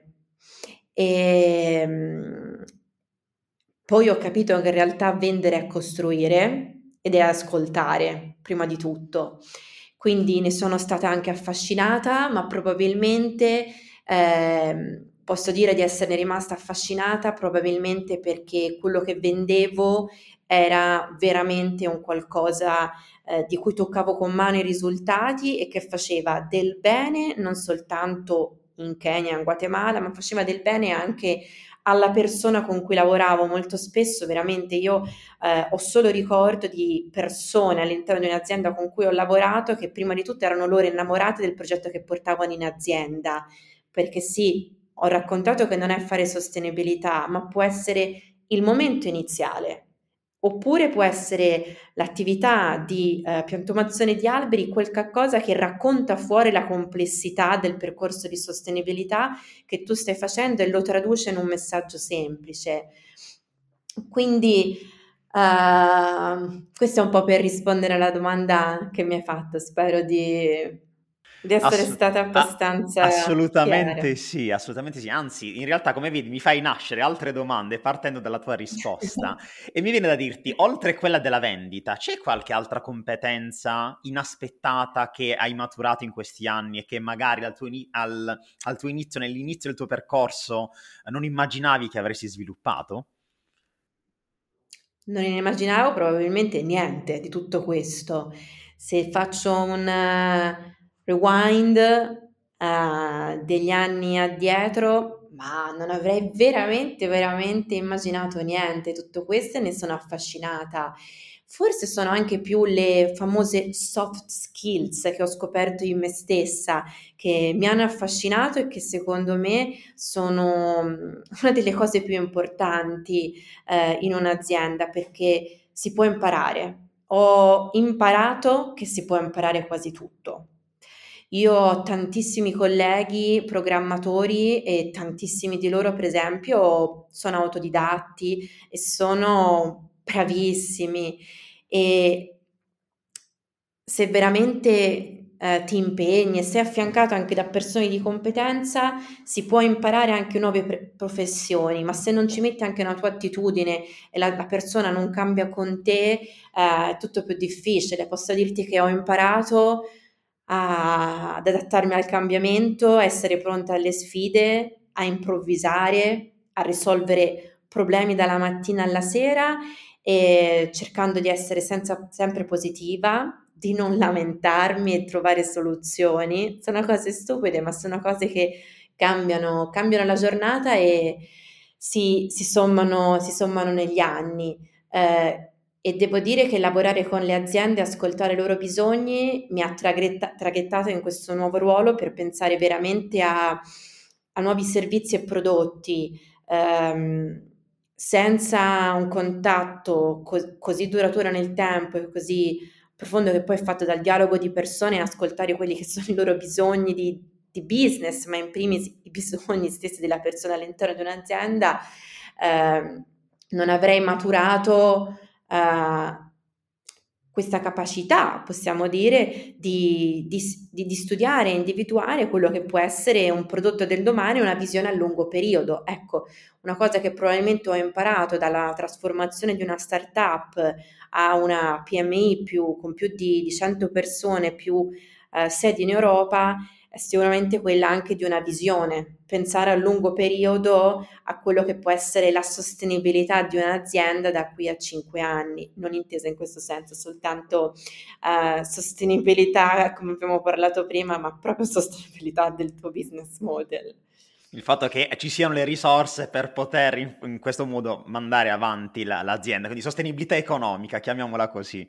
E, mm, poi ho capito che in realtà vendere è costruire ed è ascoltare, prima di tutto. Quindi ne sono stata anche affascinata, ma probabilmente ehm, posso dire di esserne rimasta affascinata probabilmente perché quello che vendevo era veramente un qualcosa eh, di cui toccavo con mano i risultati e che faceva del bene non soltanto in Kenya, in Guatemala, ma faceva del bene anche alla persona con cui lavoravo. Molto spesso veramente io eh, ho solo ricordo di persone all'interno di un'azienda con cui ho lavorato che prima di tutto erano loro innamorate del progetto che portavano in azienda, perché sì, ho raccontato che non è fare sostenibilità, ma può essere il momento iniziale. Oppure può essere l'attività di eh, piantumazione di alberi, qualche cosa che racconta fuori la complessità del percorso di sostenibilità che tu stai facendo e lo traduce in un messaggio semplice. Quindi, uh, questo è un po' per rispondere alla domanda che mi hai fatto. Spero di, di essere Ass- stata a- abbastanza chiara. assolutamente sì, assolutamente sì. Anzi, in realtà, come vedi, mi fai nascere altre domande partendo dalla tua risposta. E mi viene da dirti, oltre a quella della vendita, c'è qualche altra competenza inaspettata che hai maturato in questi anni e che magari al tuo, ini- al- al tuo inizio, nell'inizio del tuo percorso, eh, non immaginavi che avresti sviluppato? Non ne immaginavo probabilmente niente di tutto questo. Se faccio un eh, rewind eh, degli anni addietro, ma non avrei veramente, veramente immaginato niente. Tutto questo e ne sono affascinata. Forse sono anche più le famose soft skills che ho scoperto in me stessa, che mi hanno affascinato e che secondo me sono mm, una delle cose più importanti eh, in un'azienda perché si può imparare. Ho imparato che si può imparare quasi tutto. Io ho tantissimi colleghi programmatori e tantissimi di loro, per esempio, sono autodidatti e sono bravissimi e se veramente eh, ti impegni e sei affiancato anche da persone di competenza, si può imparare anche nuove pre- professioni, ma se non ci metti anche una tua attitudine e la, la persona non cambia con te, eh, è tutto più difficile. Posso dirti che ho imparato a- ad adattarmi al cambiamento, a essere pronta alle sfide, a improvvisare, a risolvere problemi dalla mattina alla sera e cercando di essere senza- sempre positiva, di non lamentarmi e trovare soluzioni. Sono cose stupide, ma sono cose che cambiano, cambiano la giornata e si, si sommano, si sommano negli anni. Eh, e devo dire che lavorare con le aziende, ascoltare i loro bisogni, mi ha traghetta- traghettato in questo nuovo ruolo per pensare veramente a, a nuovi servizi e prodotti. Ehm, senza un contatto co- così duraturo nel tempo e così profondo che poi è fatto dal dialogo di persone e ascoltare quelli che sono i loro bisogni di, di business, ma in primis i bisogni stessi della persona all'interno di un'azienda, ehm, non avrei maturato eh, questa capacità, possiamo dire, di, di, di, di studiare e individuare quello che può essere un prodotto del domani e una visione a lungo periodo. Ecco, una cosa che probabilmente ho imparato dalla trasformazione di una startup a una P M I più, con più di, di cento persone, più eh, sedi in Europa, è sicuramente quella anche di una visione, pensare a lungo periodo a quello che può essere la sostenibilità di un'azienda da qui a cinque anni, non intesa in questo senso soltanto eh, sostenibilità, come abbiamo parlato prima, ma proprio sostenibilità del tuo business model. Il fatto che ci siano le risorse per poter in, in questo modo mandare avanti la, l'azienda, quindi sostenibilità economica, chiamiamola così.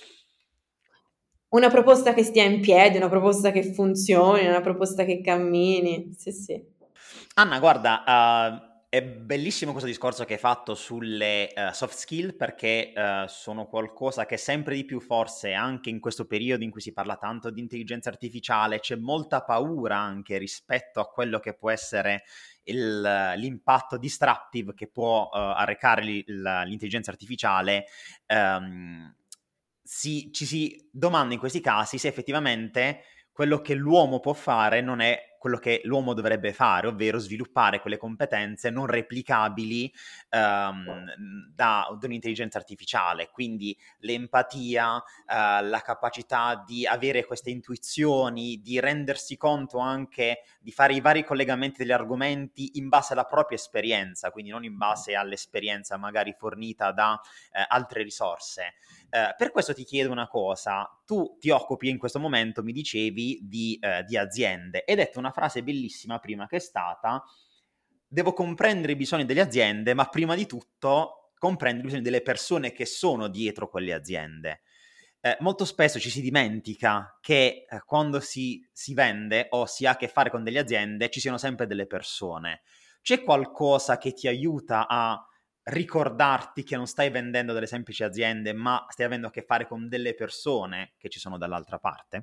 Una proposta che stia in piedi, una proposta che funzioni, una proposta che cammini. Sì, sì. Anna, guarda, uh, è bellissimo questo discorso che hai fatto sulle uh, soft skill perché uh, sono qualcosa che sempre di più, forse anche in questo periodo in cui si parla tanto di intelligenza artificiale, c'è molta paura anche rispetto a quello che può essere il, l'impatto disruptive che può uh, arrecare li, la, l'intelligenza artificiale. Um, si, ci si domanda in questi casi se effettivamente quello che l'uomo può fare non è quello che l'uomo dovrebbe fare, ovvero sviluppare quelle competenze non replicabili um, da, da un'intelligenza artificiale, quindi l'empatia, uh, la capacità di avere queste intuizioni, di rendersi conto anche di fare i vari collegamenti degli argomenti in base alla propria esperienza, quindi non in base all'esperienza magari fornita da uh, altre risorse. Uh, per questo ti chiedo una cosa, tu ti occupi in questo momento, mi dicevi, di, uh, di aziende, ed hai detto una frase bellissima prima che è stata: devo comprendere i bisogni delle aziende, ma prima di tutto comprendere i bisogni delle persone che sono dietro quelle aziende. Eh, molto spesso ci si dimentica che eh, quando si, si vende o si ha a che fare con delle aziende ci siano sempre delle persone. C'è qualcosa che ti aiuta a ricordarti che non stai vendendo delle semplici aziende, ma stai avendo a che fare con delle persone che ci sono dall'altra parte?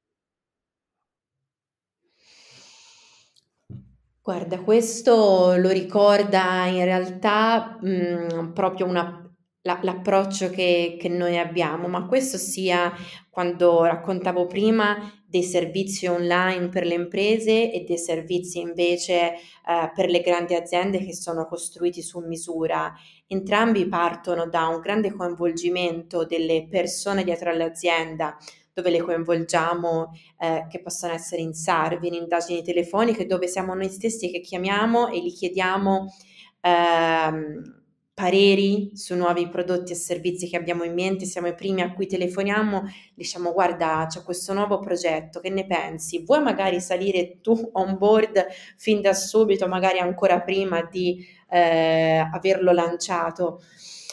Guarda, questo lo ricorda in realtà mh, proprio una, la- l'approccio che, che noi abbiamo, ma questo sia quando raccontavo prima dei servizi online per le imprese e dei servizi invece eh, per le grandi aziende che sono costruiti su misura. Entrambi partono da un grande coinvolgimento delle persone dietro all'azienda, dove le coinvolgiamo eh, che possono essere in SARV, in indagini telefoniche, dove siamo noi stessi che chiamiamo e gli chiediamo ehm, pareri su nuovi prodotti e servizi che abbiamo in mente, siamo i primi a cui telefoniamo, diciamo guarda c'è questo nuovo progetto, che ne pensi? Vuoi magari salire tu on board fin da subito, magari ancora prima di eh, averlo lanciato?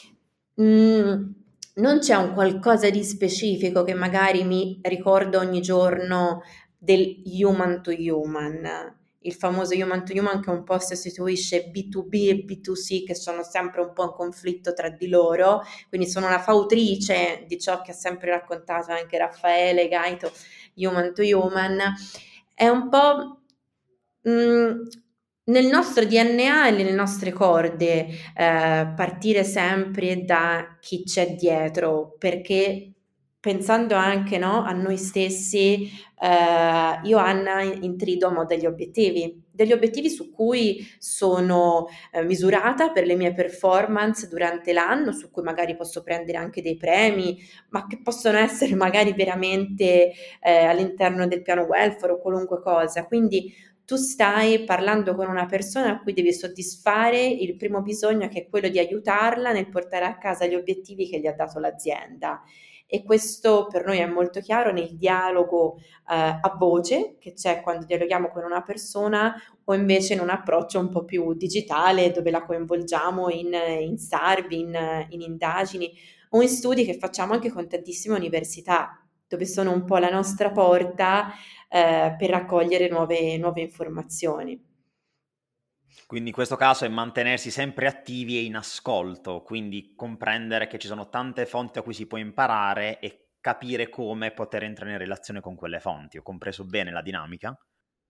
Mm, non c'è un qualcosa di specifico che magari mi ricordo ogni giorno del human to human, il famoso human to human che un po' sostituisce B due B e B due C che sono sempre un po' in conflitto tra di loro, quindi sono una fautrice di ciò che ha sempre raccontato anche Raffaele Gaito, human to human, è un po' mh, nel nostro D N A e nelle nostre corde eh, partire sempre da chi c'è dietro, perché pensando anche no, a noi stessi, eh, io Anna intrido degli obiettivi, degli obiettivi su cui sono eh, misurata per le mie performance durante l'anno, su cui magari posso prendere anche dei premi, ma che possono essere magari veramente eh, all'interno del piano welfare o qualunque cosa. Quindi tu stai parlando con una persona a cui devi soddisfare il primo bisogno, che è quello di aiutarla nel portare a casa gli obiettivi che gli ha dato l'azienda. E questo per noi è molto chiaro nel dialogo eh, a voce che c'è quando dialoghiamo con una persona, o invece in un approccio un po' più digitale dove la coinvolgiamo in, in survey, in, in indagini o in studi che facciamo anche con tantissime università, dove sono un po' la nostra porta eh, per raccogliere nuove, nuove informazioni. Quindi in questo caso è mantenersi sempre attivi e in ascolto, quindi comprendere che ci sono tante fonti da cui si può imparare e capire come poter entrare in relazione con quelle fonti. Ho compreso bene la dinamica?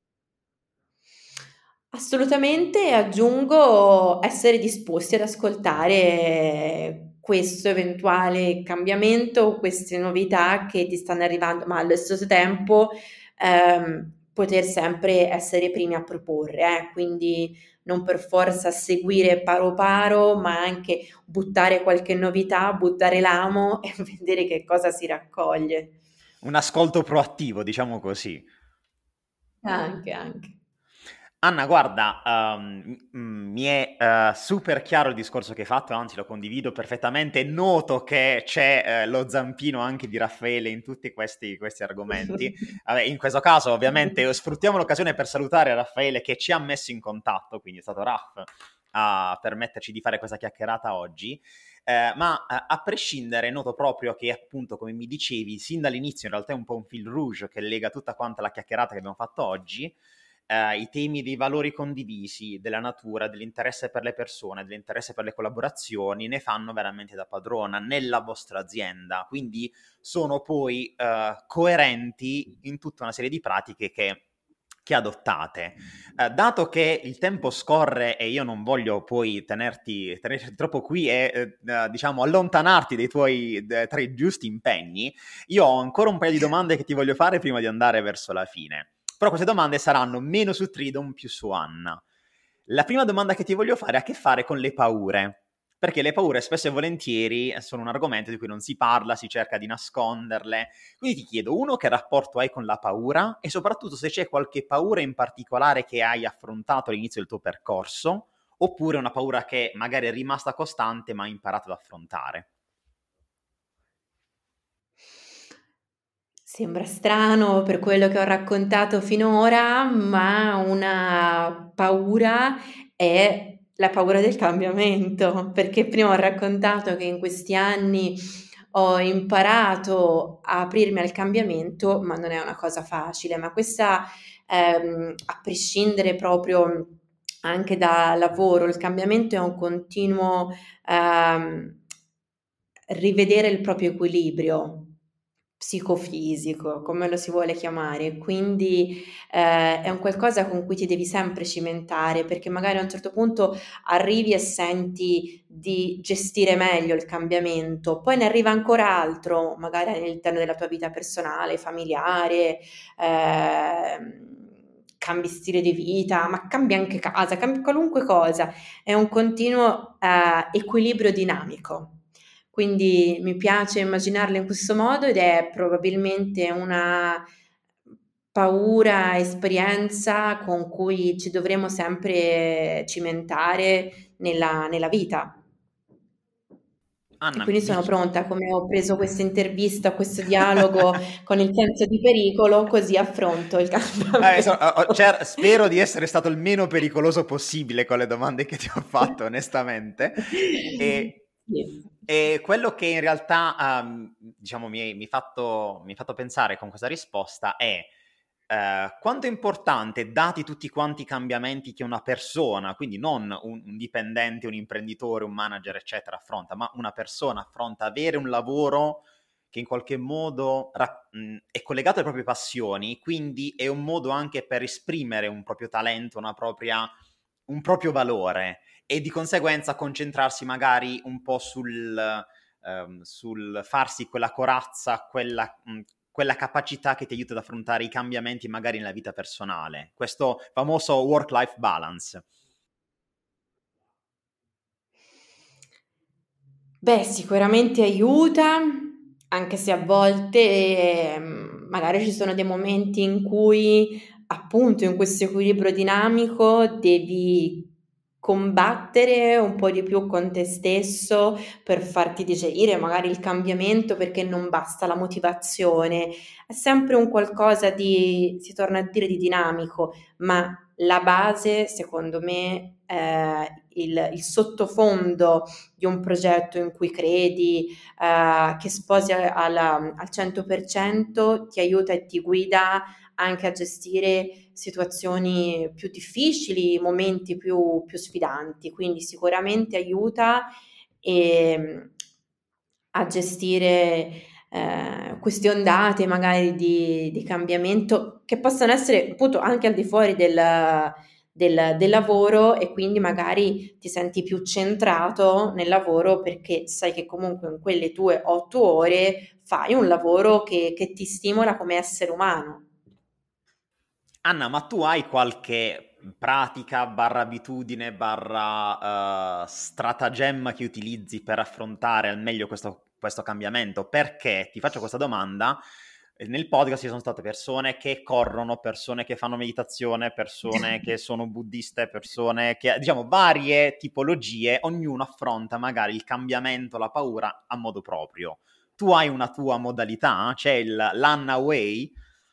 Assolutamente, aggiungo essere disposti ad ascoltare questo eventuale cambiamento, queste novità che ti stanno arrivando, ma allo stesso tempo ehm, poter sempre essere i primi a proporre, eh, quindi non per forza seguire paro paro, ma anche buttare qualche novità, buttare l'amo e vedere che cosa si raccoglie. Un ascolto proattivo, diciamo così. Anche, anche. Anna, guarda, um, m- mi è uh, super chiaro il discorso che hai fatto, anzi lo condivido perfettamente. Noto che c'è uh, lo zampino anche di Raffaele in tutti questi, questi argomenti. Vabbè, in questo caso, ovviamente, sfruttiamo l'occasione per salutare Raffaele che ci ha messo in contatto, quindi è stato Raff a permetterci di fare questa chiacchierata oggi. Eh, ma eh, a prescindere, noto proprio che, appunto, come mi dicevi, sin dall'inizio in realtà è un po' un fil rouge che lega tutta quanta la chiacchierata che abbiamo fatto oggi. Eh, i temi dei valori condivisi, della natura, dell'interesse per le persone, dell'interesse per le collaborazioni, ne fanno veramente da padrona nella vostra azienda. Quindi sono poi eh, coerenti in tutta una serie di pratiche che che adottate. Eh, dato che il tempo scorre e io non voglio poi tenerti, tenerti troppo qui e eh, diciamo allontanarti dai tuoi de, tra i giusti impegni, io ho ancora un paio di domande che ti voglio fare prima di andare verso la fine. Però queste domande saranno meno su Tridom, più su Anna. La prima domanda che ti voglio fare ha a che fare con le paure, perché le paure spesso e volentieri sono un argomento di cui non si parla, si cerca di nasconderle. Quindi ti chiedo, uno, che rapporto hai con la paura e soprattutto se c'è qualche paura in particolare che hai affrontato all'inizio del tuo percorso, oppure una paura che magari è rimasta costante ma hai imparato ad affrontare. Sembra strano per quello che ho raccontato finora, ma una paura è la paura del cambiamento, perché prima ho raccontato che in questi anni ho imparato a aprirmi al cambiamento, ma non è una cosa facile, ma questa, ehm, a prescindere proprio anche da lavoro, il cambiamento è un continuo, ehm, rivedere il proprio equilibrio psicofisico, come lo si vuole chiamare, quindi eh, è un qualcosa con cui ti devi sempre cimentare, perché magari a un certo punto arrivi e senti di gestire meglio il cambiamento, poi ne arriva ancora altro, magari all'interno della tua vita personale, familiare, ehm, cambi stile di vita, ma cambi anche casa, cambi qualunque cosa, è un continuo eh, equilibrio dinamico. Quindi mi piace immaginarlo in questo modo ed è probabilmente una paura, esperienza con cui ci dovremo sempre cimentare nella, nella vita. E Anna, quindi sono dic- pronta, come ho preso questa intervista, questo dialogo con il senso di pericolo, così affronto il Eh, so- ho- ho- cambiamento. cer- spero di essere stato il meno pericoloso possibile con le domande che ti ho fatto, onestamente. E, Sì. e quello che in realtà, ehm, diciamo, mi hai mi hai fatto, mi hai fatto pensare con questa risposta è eh, quanto è importante, dati tutti quanti i cambiamenti che una persona, quindi non un, un dipendente, un imprenditore, un manager, eccetera, affronta, ma una persona affronta, avere un lavoro che in qualche modo ra- mh, è collegato alle proprie passioni, quindi è un modo anche per esprimere un proprio talento, una propria, un proprio valore e di conseguenza concentrarsi magari un po' sul, ehm, sul farsi quella corazza, quella, mh, quella capacità che ti aiuta ad affrontare i cambiamenti magari nella vita personale. Questo famoso work-life balance. Beh, sicuramente aiuta, anche se a volte ehm, magari ci sono dei momenti in cui, appunto, in questo equilibrio dinamico devi combattere un po' di più con te stesso per farti digerire magari il cambiamento perché non basta la motivazione. È sempre un qualcosa di, si torna a dire, di dinamico, ma la base, secondo me, eh, il, il sottofondo di un progetto in cui credi, eh, che sposi alla- al cento per cento, ti aiuta e ti guida anche a gestire situazioni più difficili, momenti più, più sfidanti. Quindi sicuramente aiuta e, a gestire eh, queste ondate magari di, di cambiamento che possono essere appunto anche al di fuori del, del, del lavoro e quindi magari ti senti più centrato nel lavoro perché sai che comunque in quelle tue otto ore fai un lavoro che, che ti stimola come essere umano. Anna, ma tu hai qualche pratica, barra abitudine, barra eh, stratagemma che utilizzi per affrontare al meglio questo, questo cambiamento? Perché ti faccio questa domanda? nel podcast ci sono state persone che corrono, persone che fanno meditazione, persone che sono buddiste, persone che, diciamo, varie tipologie, ognuno affronta magari il cambiamento, la paura a modo proprio. Tu hai una tua modalità? C'è il, l'Anna Way?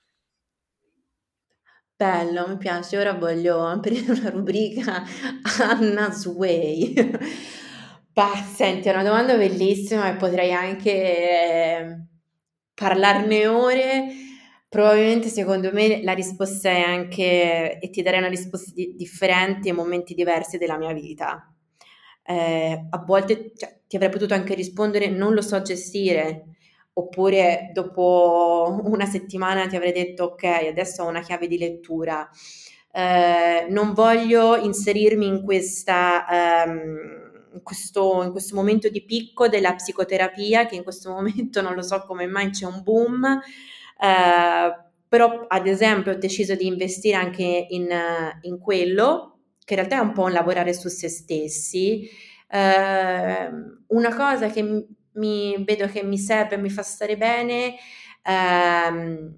Bello, mi piace. Ora voglio aprire una rubrica Anna's Way. Bah, senti, è una domanda bellissima e potrei anche eh, parlarne ore. Probabilmente, secondo me, la risposta è anche, e ti darei una risposta di- differente in momenti diversi della mia vita. Eh, a volte, cioè, ti avrei potuto anche rispondere non lo so gestire, oppure dopo una settimana ti avrei detto ok, adesso ho una chiave di lettura. Eh, non voglio inserirmi in questa, ehm, in questo, in questo momento di picco della psicoterapia, che in questo momento non lo so come mai c'è un boom, eh, però ad esempio ho deciso di investire anche in, in quello, che in realtà è un po' un lavorare su se stessi. Eh, una cosa che mi, mi- vedo che mi serve, mi fa stare bene, ehm,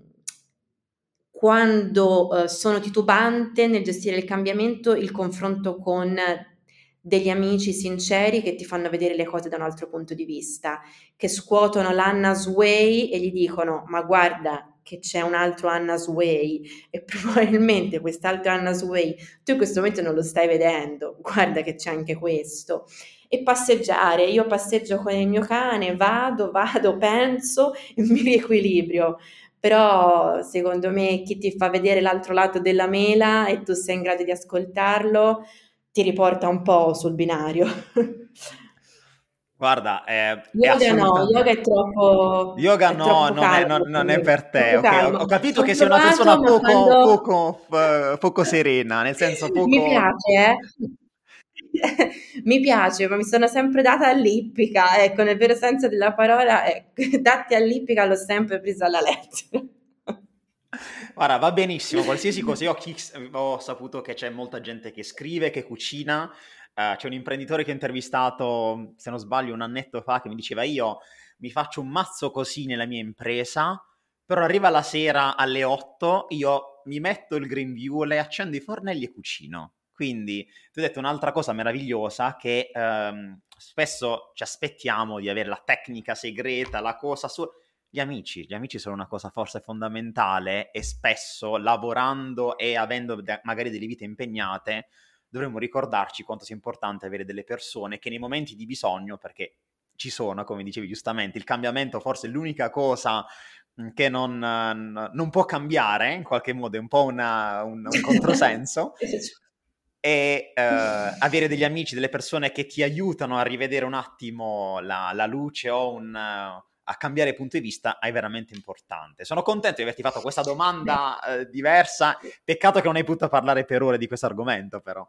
quando eh, sono titubante nel gestire il cambiamento, il confronto con degli amici sinceri che ti fanno vedere le cose da un altro punto di vista, che scuotono l'Anna's Way e gli dicono: ma guarda che c'è un altro Anna's Way e probabilmente quest'altro Anna's Way tu in questo momento non lo stai vedendo, guarda che c'è anche questo. E passeggiare, io passeggio con il mio cane, vado, vado, penso e mi riequilibrio. Però secondo me chi ti fa vedere l'altro lato della mela e tu sei in grado di ascoltarlo, ti riporta un po' sul binario. Guarda, è, è Yoga no, yoga assolutamente... è troppo, Yoga è no, troppo non è, calmo non- per non è me, per te, troppo ok? Ho, calmo. ho capito Ci ho che sei una persona provato, ma poco, quando poco, f- poco serena, nel senso mi poco... piace, eh. Mi piace, ma mi sono sempre data all'ippica, ecco, nel vero senso della parola, ecco, datti all'ippica l'ho sempre presa alla lettera. Guarda, va benissimo, qualsiasi cosa. Io ho, chi- ho saputo che c'è molta gente che scrive, che cucina. Eh, c'è un imprenditore che ho intervistato, se non sbaglio, un annetto fa, che mi diceva: io mi faccio un mazzo così nella mia impresa, però arriva la sera alle otto, io mi metto il grembiule, accendo i fornelli e cucino. Quindi ti ho detto un'altra cosa meravigliosa, che ehm, spesso ci aspettiamo di avere la tecnica segreta, la cosa su... Gli amici, gli amici sono una cosa forse fondamentale, e spesso lavorando e avendo de- magari delle vite impegnate dovremmo ricordarci quanto sia importante avere delle persone che nei momenti di bisogno, perché ci sono, come dicevi giustamente, il cambiamento forse è l'unica cosa mh, che non, eh, non può cambiare, in qualche modo è un po' una- un, un controsenso, e eh, avere degli amici, delle persone che ti aiutano a rivedere un attimo la, la luce o un, eh, a cambiare punto di vista è veramente importante. Sono contento di averti fatto questa domanda eh, diversa. Peccato che non hai potuto parlare per ore di questo argomento, però.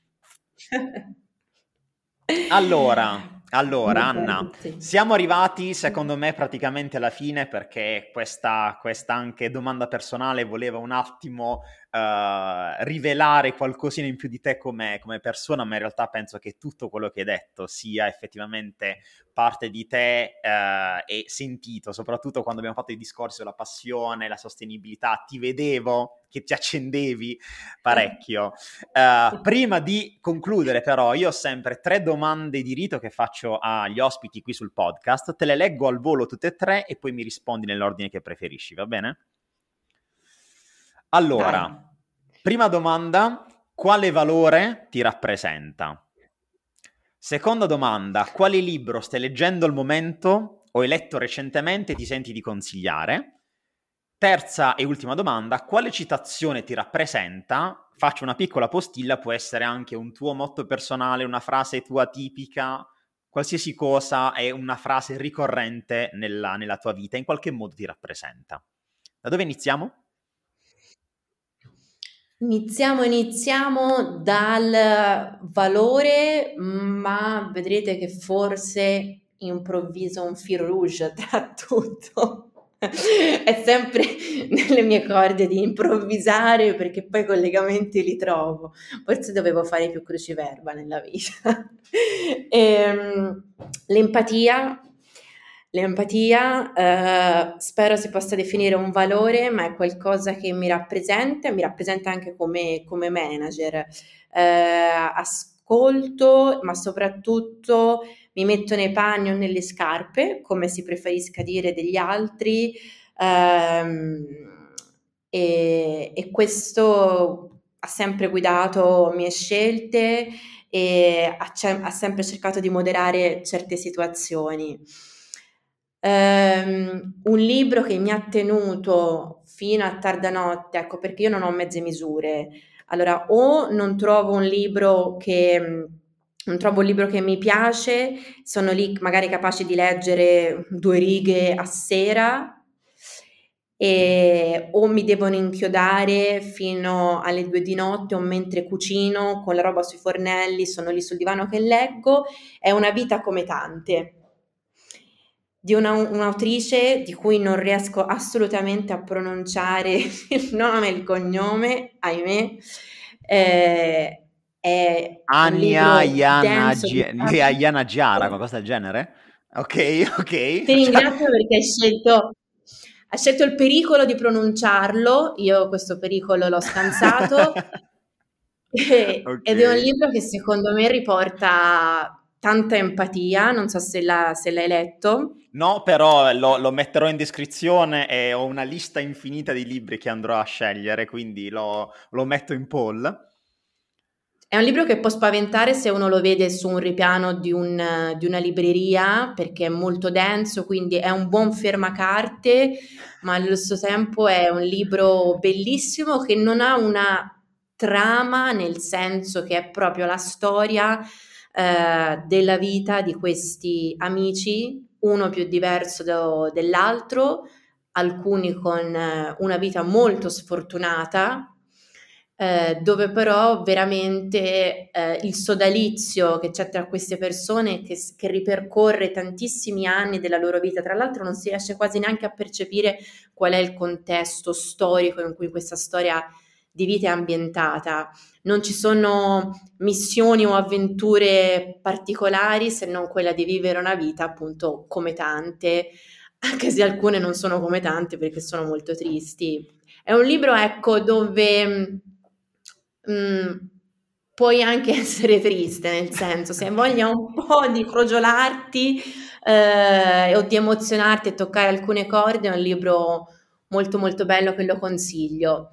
Allora, allora, Anna, Sì. siamo arrivati secondo me praticamente alla fine, perché questa, questa anche domanda personale voleva un attimo eh, rivelare qualcosina in più di te come, come persona, ma in realtà penso che tutto quello che hai detto sia effettivamente parte di te eh, e sentito, soprattutto quando abbiamo fatto i discorsi sulla passione, la sostenibilità, ti vedevo che ti accendevi parecchio. Uh, prima di concludere, però, io ho sempre tre domande di rito che faccio agli ospiti qui sul podcast. Te le leggo al volo tutte e tre e poi mi rispondi nell'ordine che preferisci, va bene? Vai. Allora, prima domanda: quale valore ti rappresenta? Seconda domanda: quale libro stai leggendo al momento o hai letto recentemente e ti senti di consigliare? Terza e ultima domanda: quale citazione ti rappresenta? Faccio una piccola postilla, può essere anche un tuo motto personale, una frase tua tipica, qualsiasi cosa è una frase ricorrente nella, nella tua vita, in qualche modo ti rappresenta. Da dove iniziamo? Iniziamo, iniziamo dal valore, ma vedrete che forse improvviso un fil rouge tra tutto. È sempre nelle mie corde di improvvisare perché poi i collegamenti li trovo. Forse dovevo fare più cruciverba nella vita. Ehm, l'empatia, L'empatia, eh, spero si possa definire un valore, ma è qualcosa che mi rappresenta e mi rappresenta anche come, come manager. Eh, ascolto, ma soprattutto mi metto nei panni o nelle scarpe, come si preferisca dire, degli altri, ehm, e, e questo ha sempre guidato mie scelte e ha, ce- ha sempre cercato di moderare certe situazioni. Ehm, un libro che mi ha tenuto fino a tarda notte, ecco perché io non ho mezze misure. Allora, o non trovo un libro che, non trovo un libro che mi piace, sono lì magari capace di leggere due righe a sera, e o mi devono inchiodare fino alle due di notte o mentre cucino con la roba sui fornelli, sono lì sul divano che leggo. È una vita come tante di una, un'autrice di cui non riesco assolutamente a pronunciare il nome e il cognome, ahimè. Eh, è un Anya libro Yana, denso di Gi- Yana Giara, qualcosa del genere? Ok, Ti ok. Cioè- ringrazio perché hai scelto, hai scelto il pericolo di pronunciarlo, io questo pericolo l'ho scansato, e- Ok. ed è un libro che secondo me riporta tanta empatia, non so se, la- se l'hai letto. No, però lo, lo metterò in descrizione e ho una lista infinita di libri che andrò a scegliere, quindi lo, lo metto in poll. È un libro che può spaventare se uno lo vede su un ripiano di, un- di una libreria perché è molto denso, quindi è un buon fermacarte, ma allo stesso tempo è un libro bellissimo che non ha una trama, nel senso che è proprio la storia eh, della vita di questi amici, uno più diverso do- dell'altro, alcuni con eh, una vita molto sfortunata, eh, dove però veramente eh, il sodalizio che c'è tra queste persone che, che ripercorre tantissimi anni della loro vita, tra l'altro non si riesce quasi neanche a percepire qual è il contesto storico in cui questa storia di vita è ambientata. Non ci sono missioni o avventure particolari se non quella di vivere una vita appunto come tante, anche se alcune non sono come tante perché sono molto tristi. È un libro, ecco, dove mh, puoi anche essere triste, nel senso, se hai voglia un po' di crogiolarti eh, o di emozionarti e toccare alcune corde, è un libro molto molto bello che lo consiglio.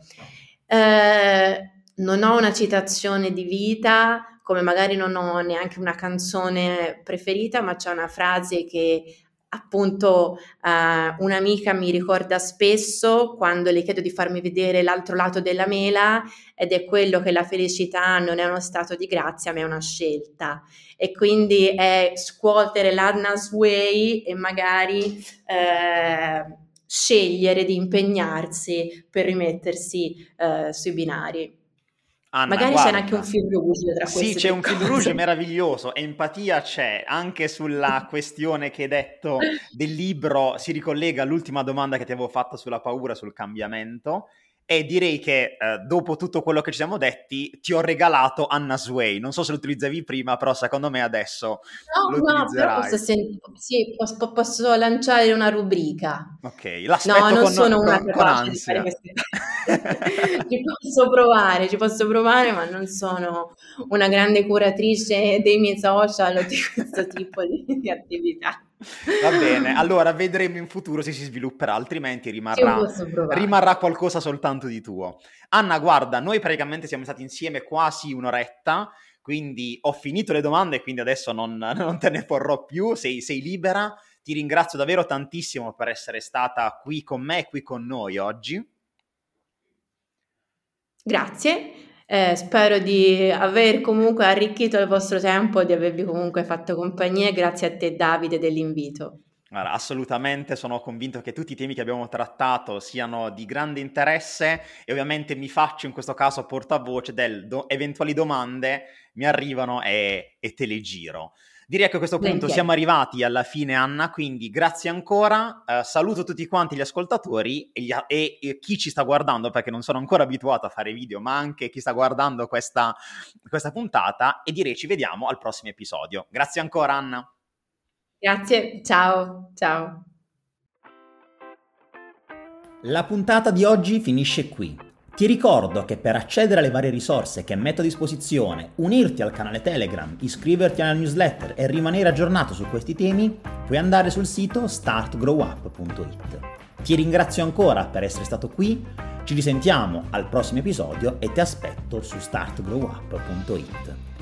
Eh, non ho una citazione di vita, come magari non ho neanche una canzone preferita, ma c'è una frase che appunto eh, un'amica mi ricorda spesso quando le chiedo di farmi vedere l'altro lato della mela, ed è quello che la felicità non è uno stato di grazia, ma è una scelta. E quindi è scuotere l'Anna's Way e magari eh, scegliere di impegnarsi per rimettersi eh, sui binari. Anna, Magari c'è anche un guarda. fil rouge tra Sì, queste c'è tre un fil rouge cose. meraviglioso, empatia c'è, anche sulla questione che hai detto del libro si ricollega all'ultima domanda che ti avevo fatto sulla paura, sul cambiamento, e direi che eh, dopo tutto quello che ci siamo detti ti ho regalato Anna's Way, non so se lo utilizzavi prima, però secondo me adesso lo No, no, però posso, utilizzerai. sen- sì, pos- po- posso lanciare una rubrica. Ok, No, l'aspetto non con, sono una con- con capace di fare ansia. queste cose. Ci posso provare, ci posso provare, ma non sono una grande curatrice dei miei social o di questo tipo di, di attività. Va bene, allora vedremo in futuro se si svilupperà, altrimenti Ci rimarrà, posso provare. rimarrà qualcosa soltanto di tuo. Anna, guarda, noi praticamente siamo stati insieme quasi un'oretta, quindi ho finito le domande, quindi adesso non, non te ne porrò più, sei, sei libera. Ti ringrazio davvero tantissimo per essere stata qui con me e qui con noi oggi. Grazie, eh, spero di aver comunque arricchito il vostro tempo, di avervi comunque fatto compagnia e grazie a te Davide dell'invito. Allora, assolutamente sono convinto che tutti i temi che abbiamo trattato siano di grande interesse e ovviamente mi faccio in questo caso portavoce del do- eventuali domande mi arrivano e, e te le giro. Direi che a questo punto siamo Volentieri. arrivati alla fine, Anna, quindi grazie ancora, eh, saluto tutti quanti gli ascoltatori e, gli a- e- e chi ci sta guardando, perché non sono ancora abituato a fare video, ma anche chi sta guardando questa, questa puntata, e direi ci vediamo al prossimo episodio. Grazie ancora, Anna. Grazie, ciao, ciao. La puntata di oggi finisce qui. Ti ricordo che per accedere alle varie risorse che metto a disposizione, unirti al canale Telegram, iscriverti alla newsletter e rimanere aggiornato su questi temi, puoi andare sul sito start grow up punto it. Ti ringrazio ancora per essere stato qui, ci risentiamo al prossimo episodio e ti aspetto su start grow up punto it.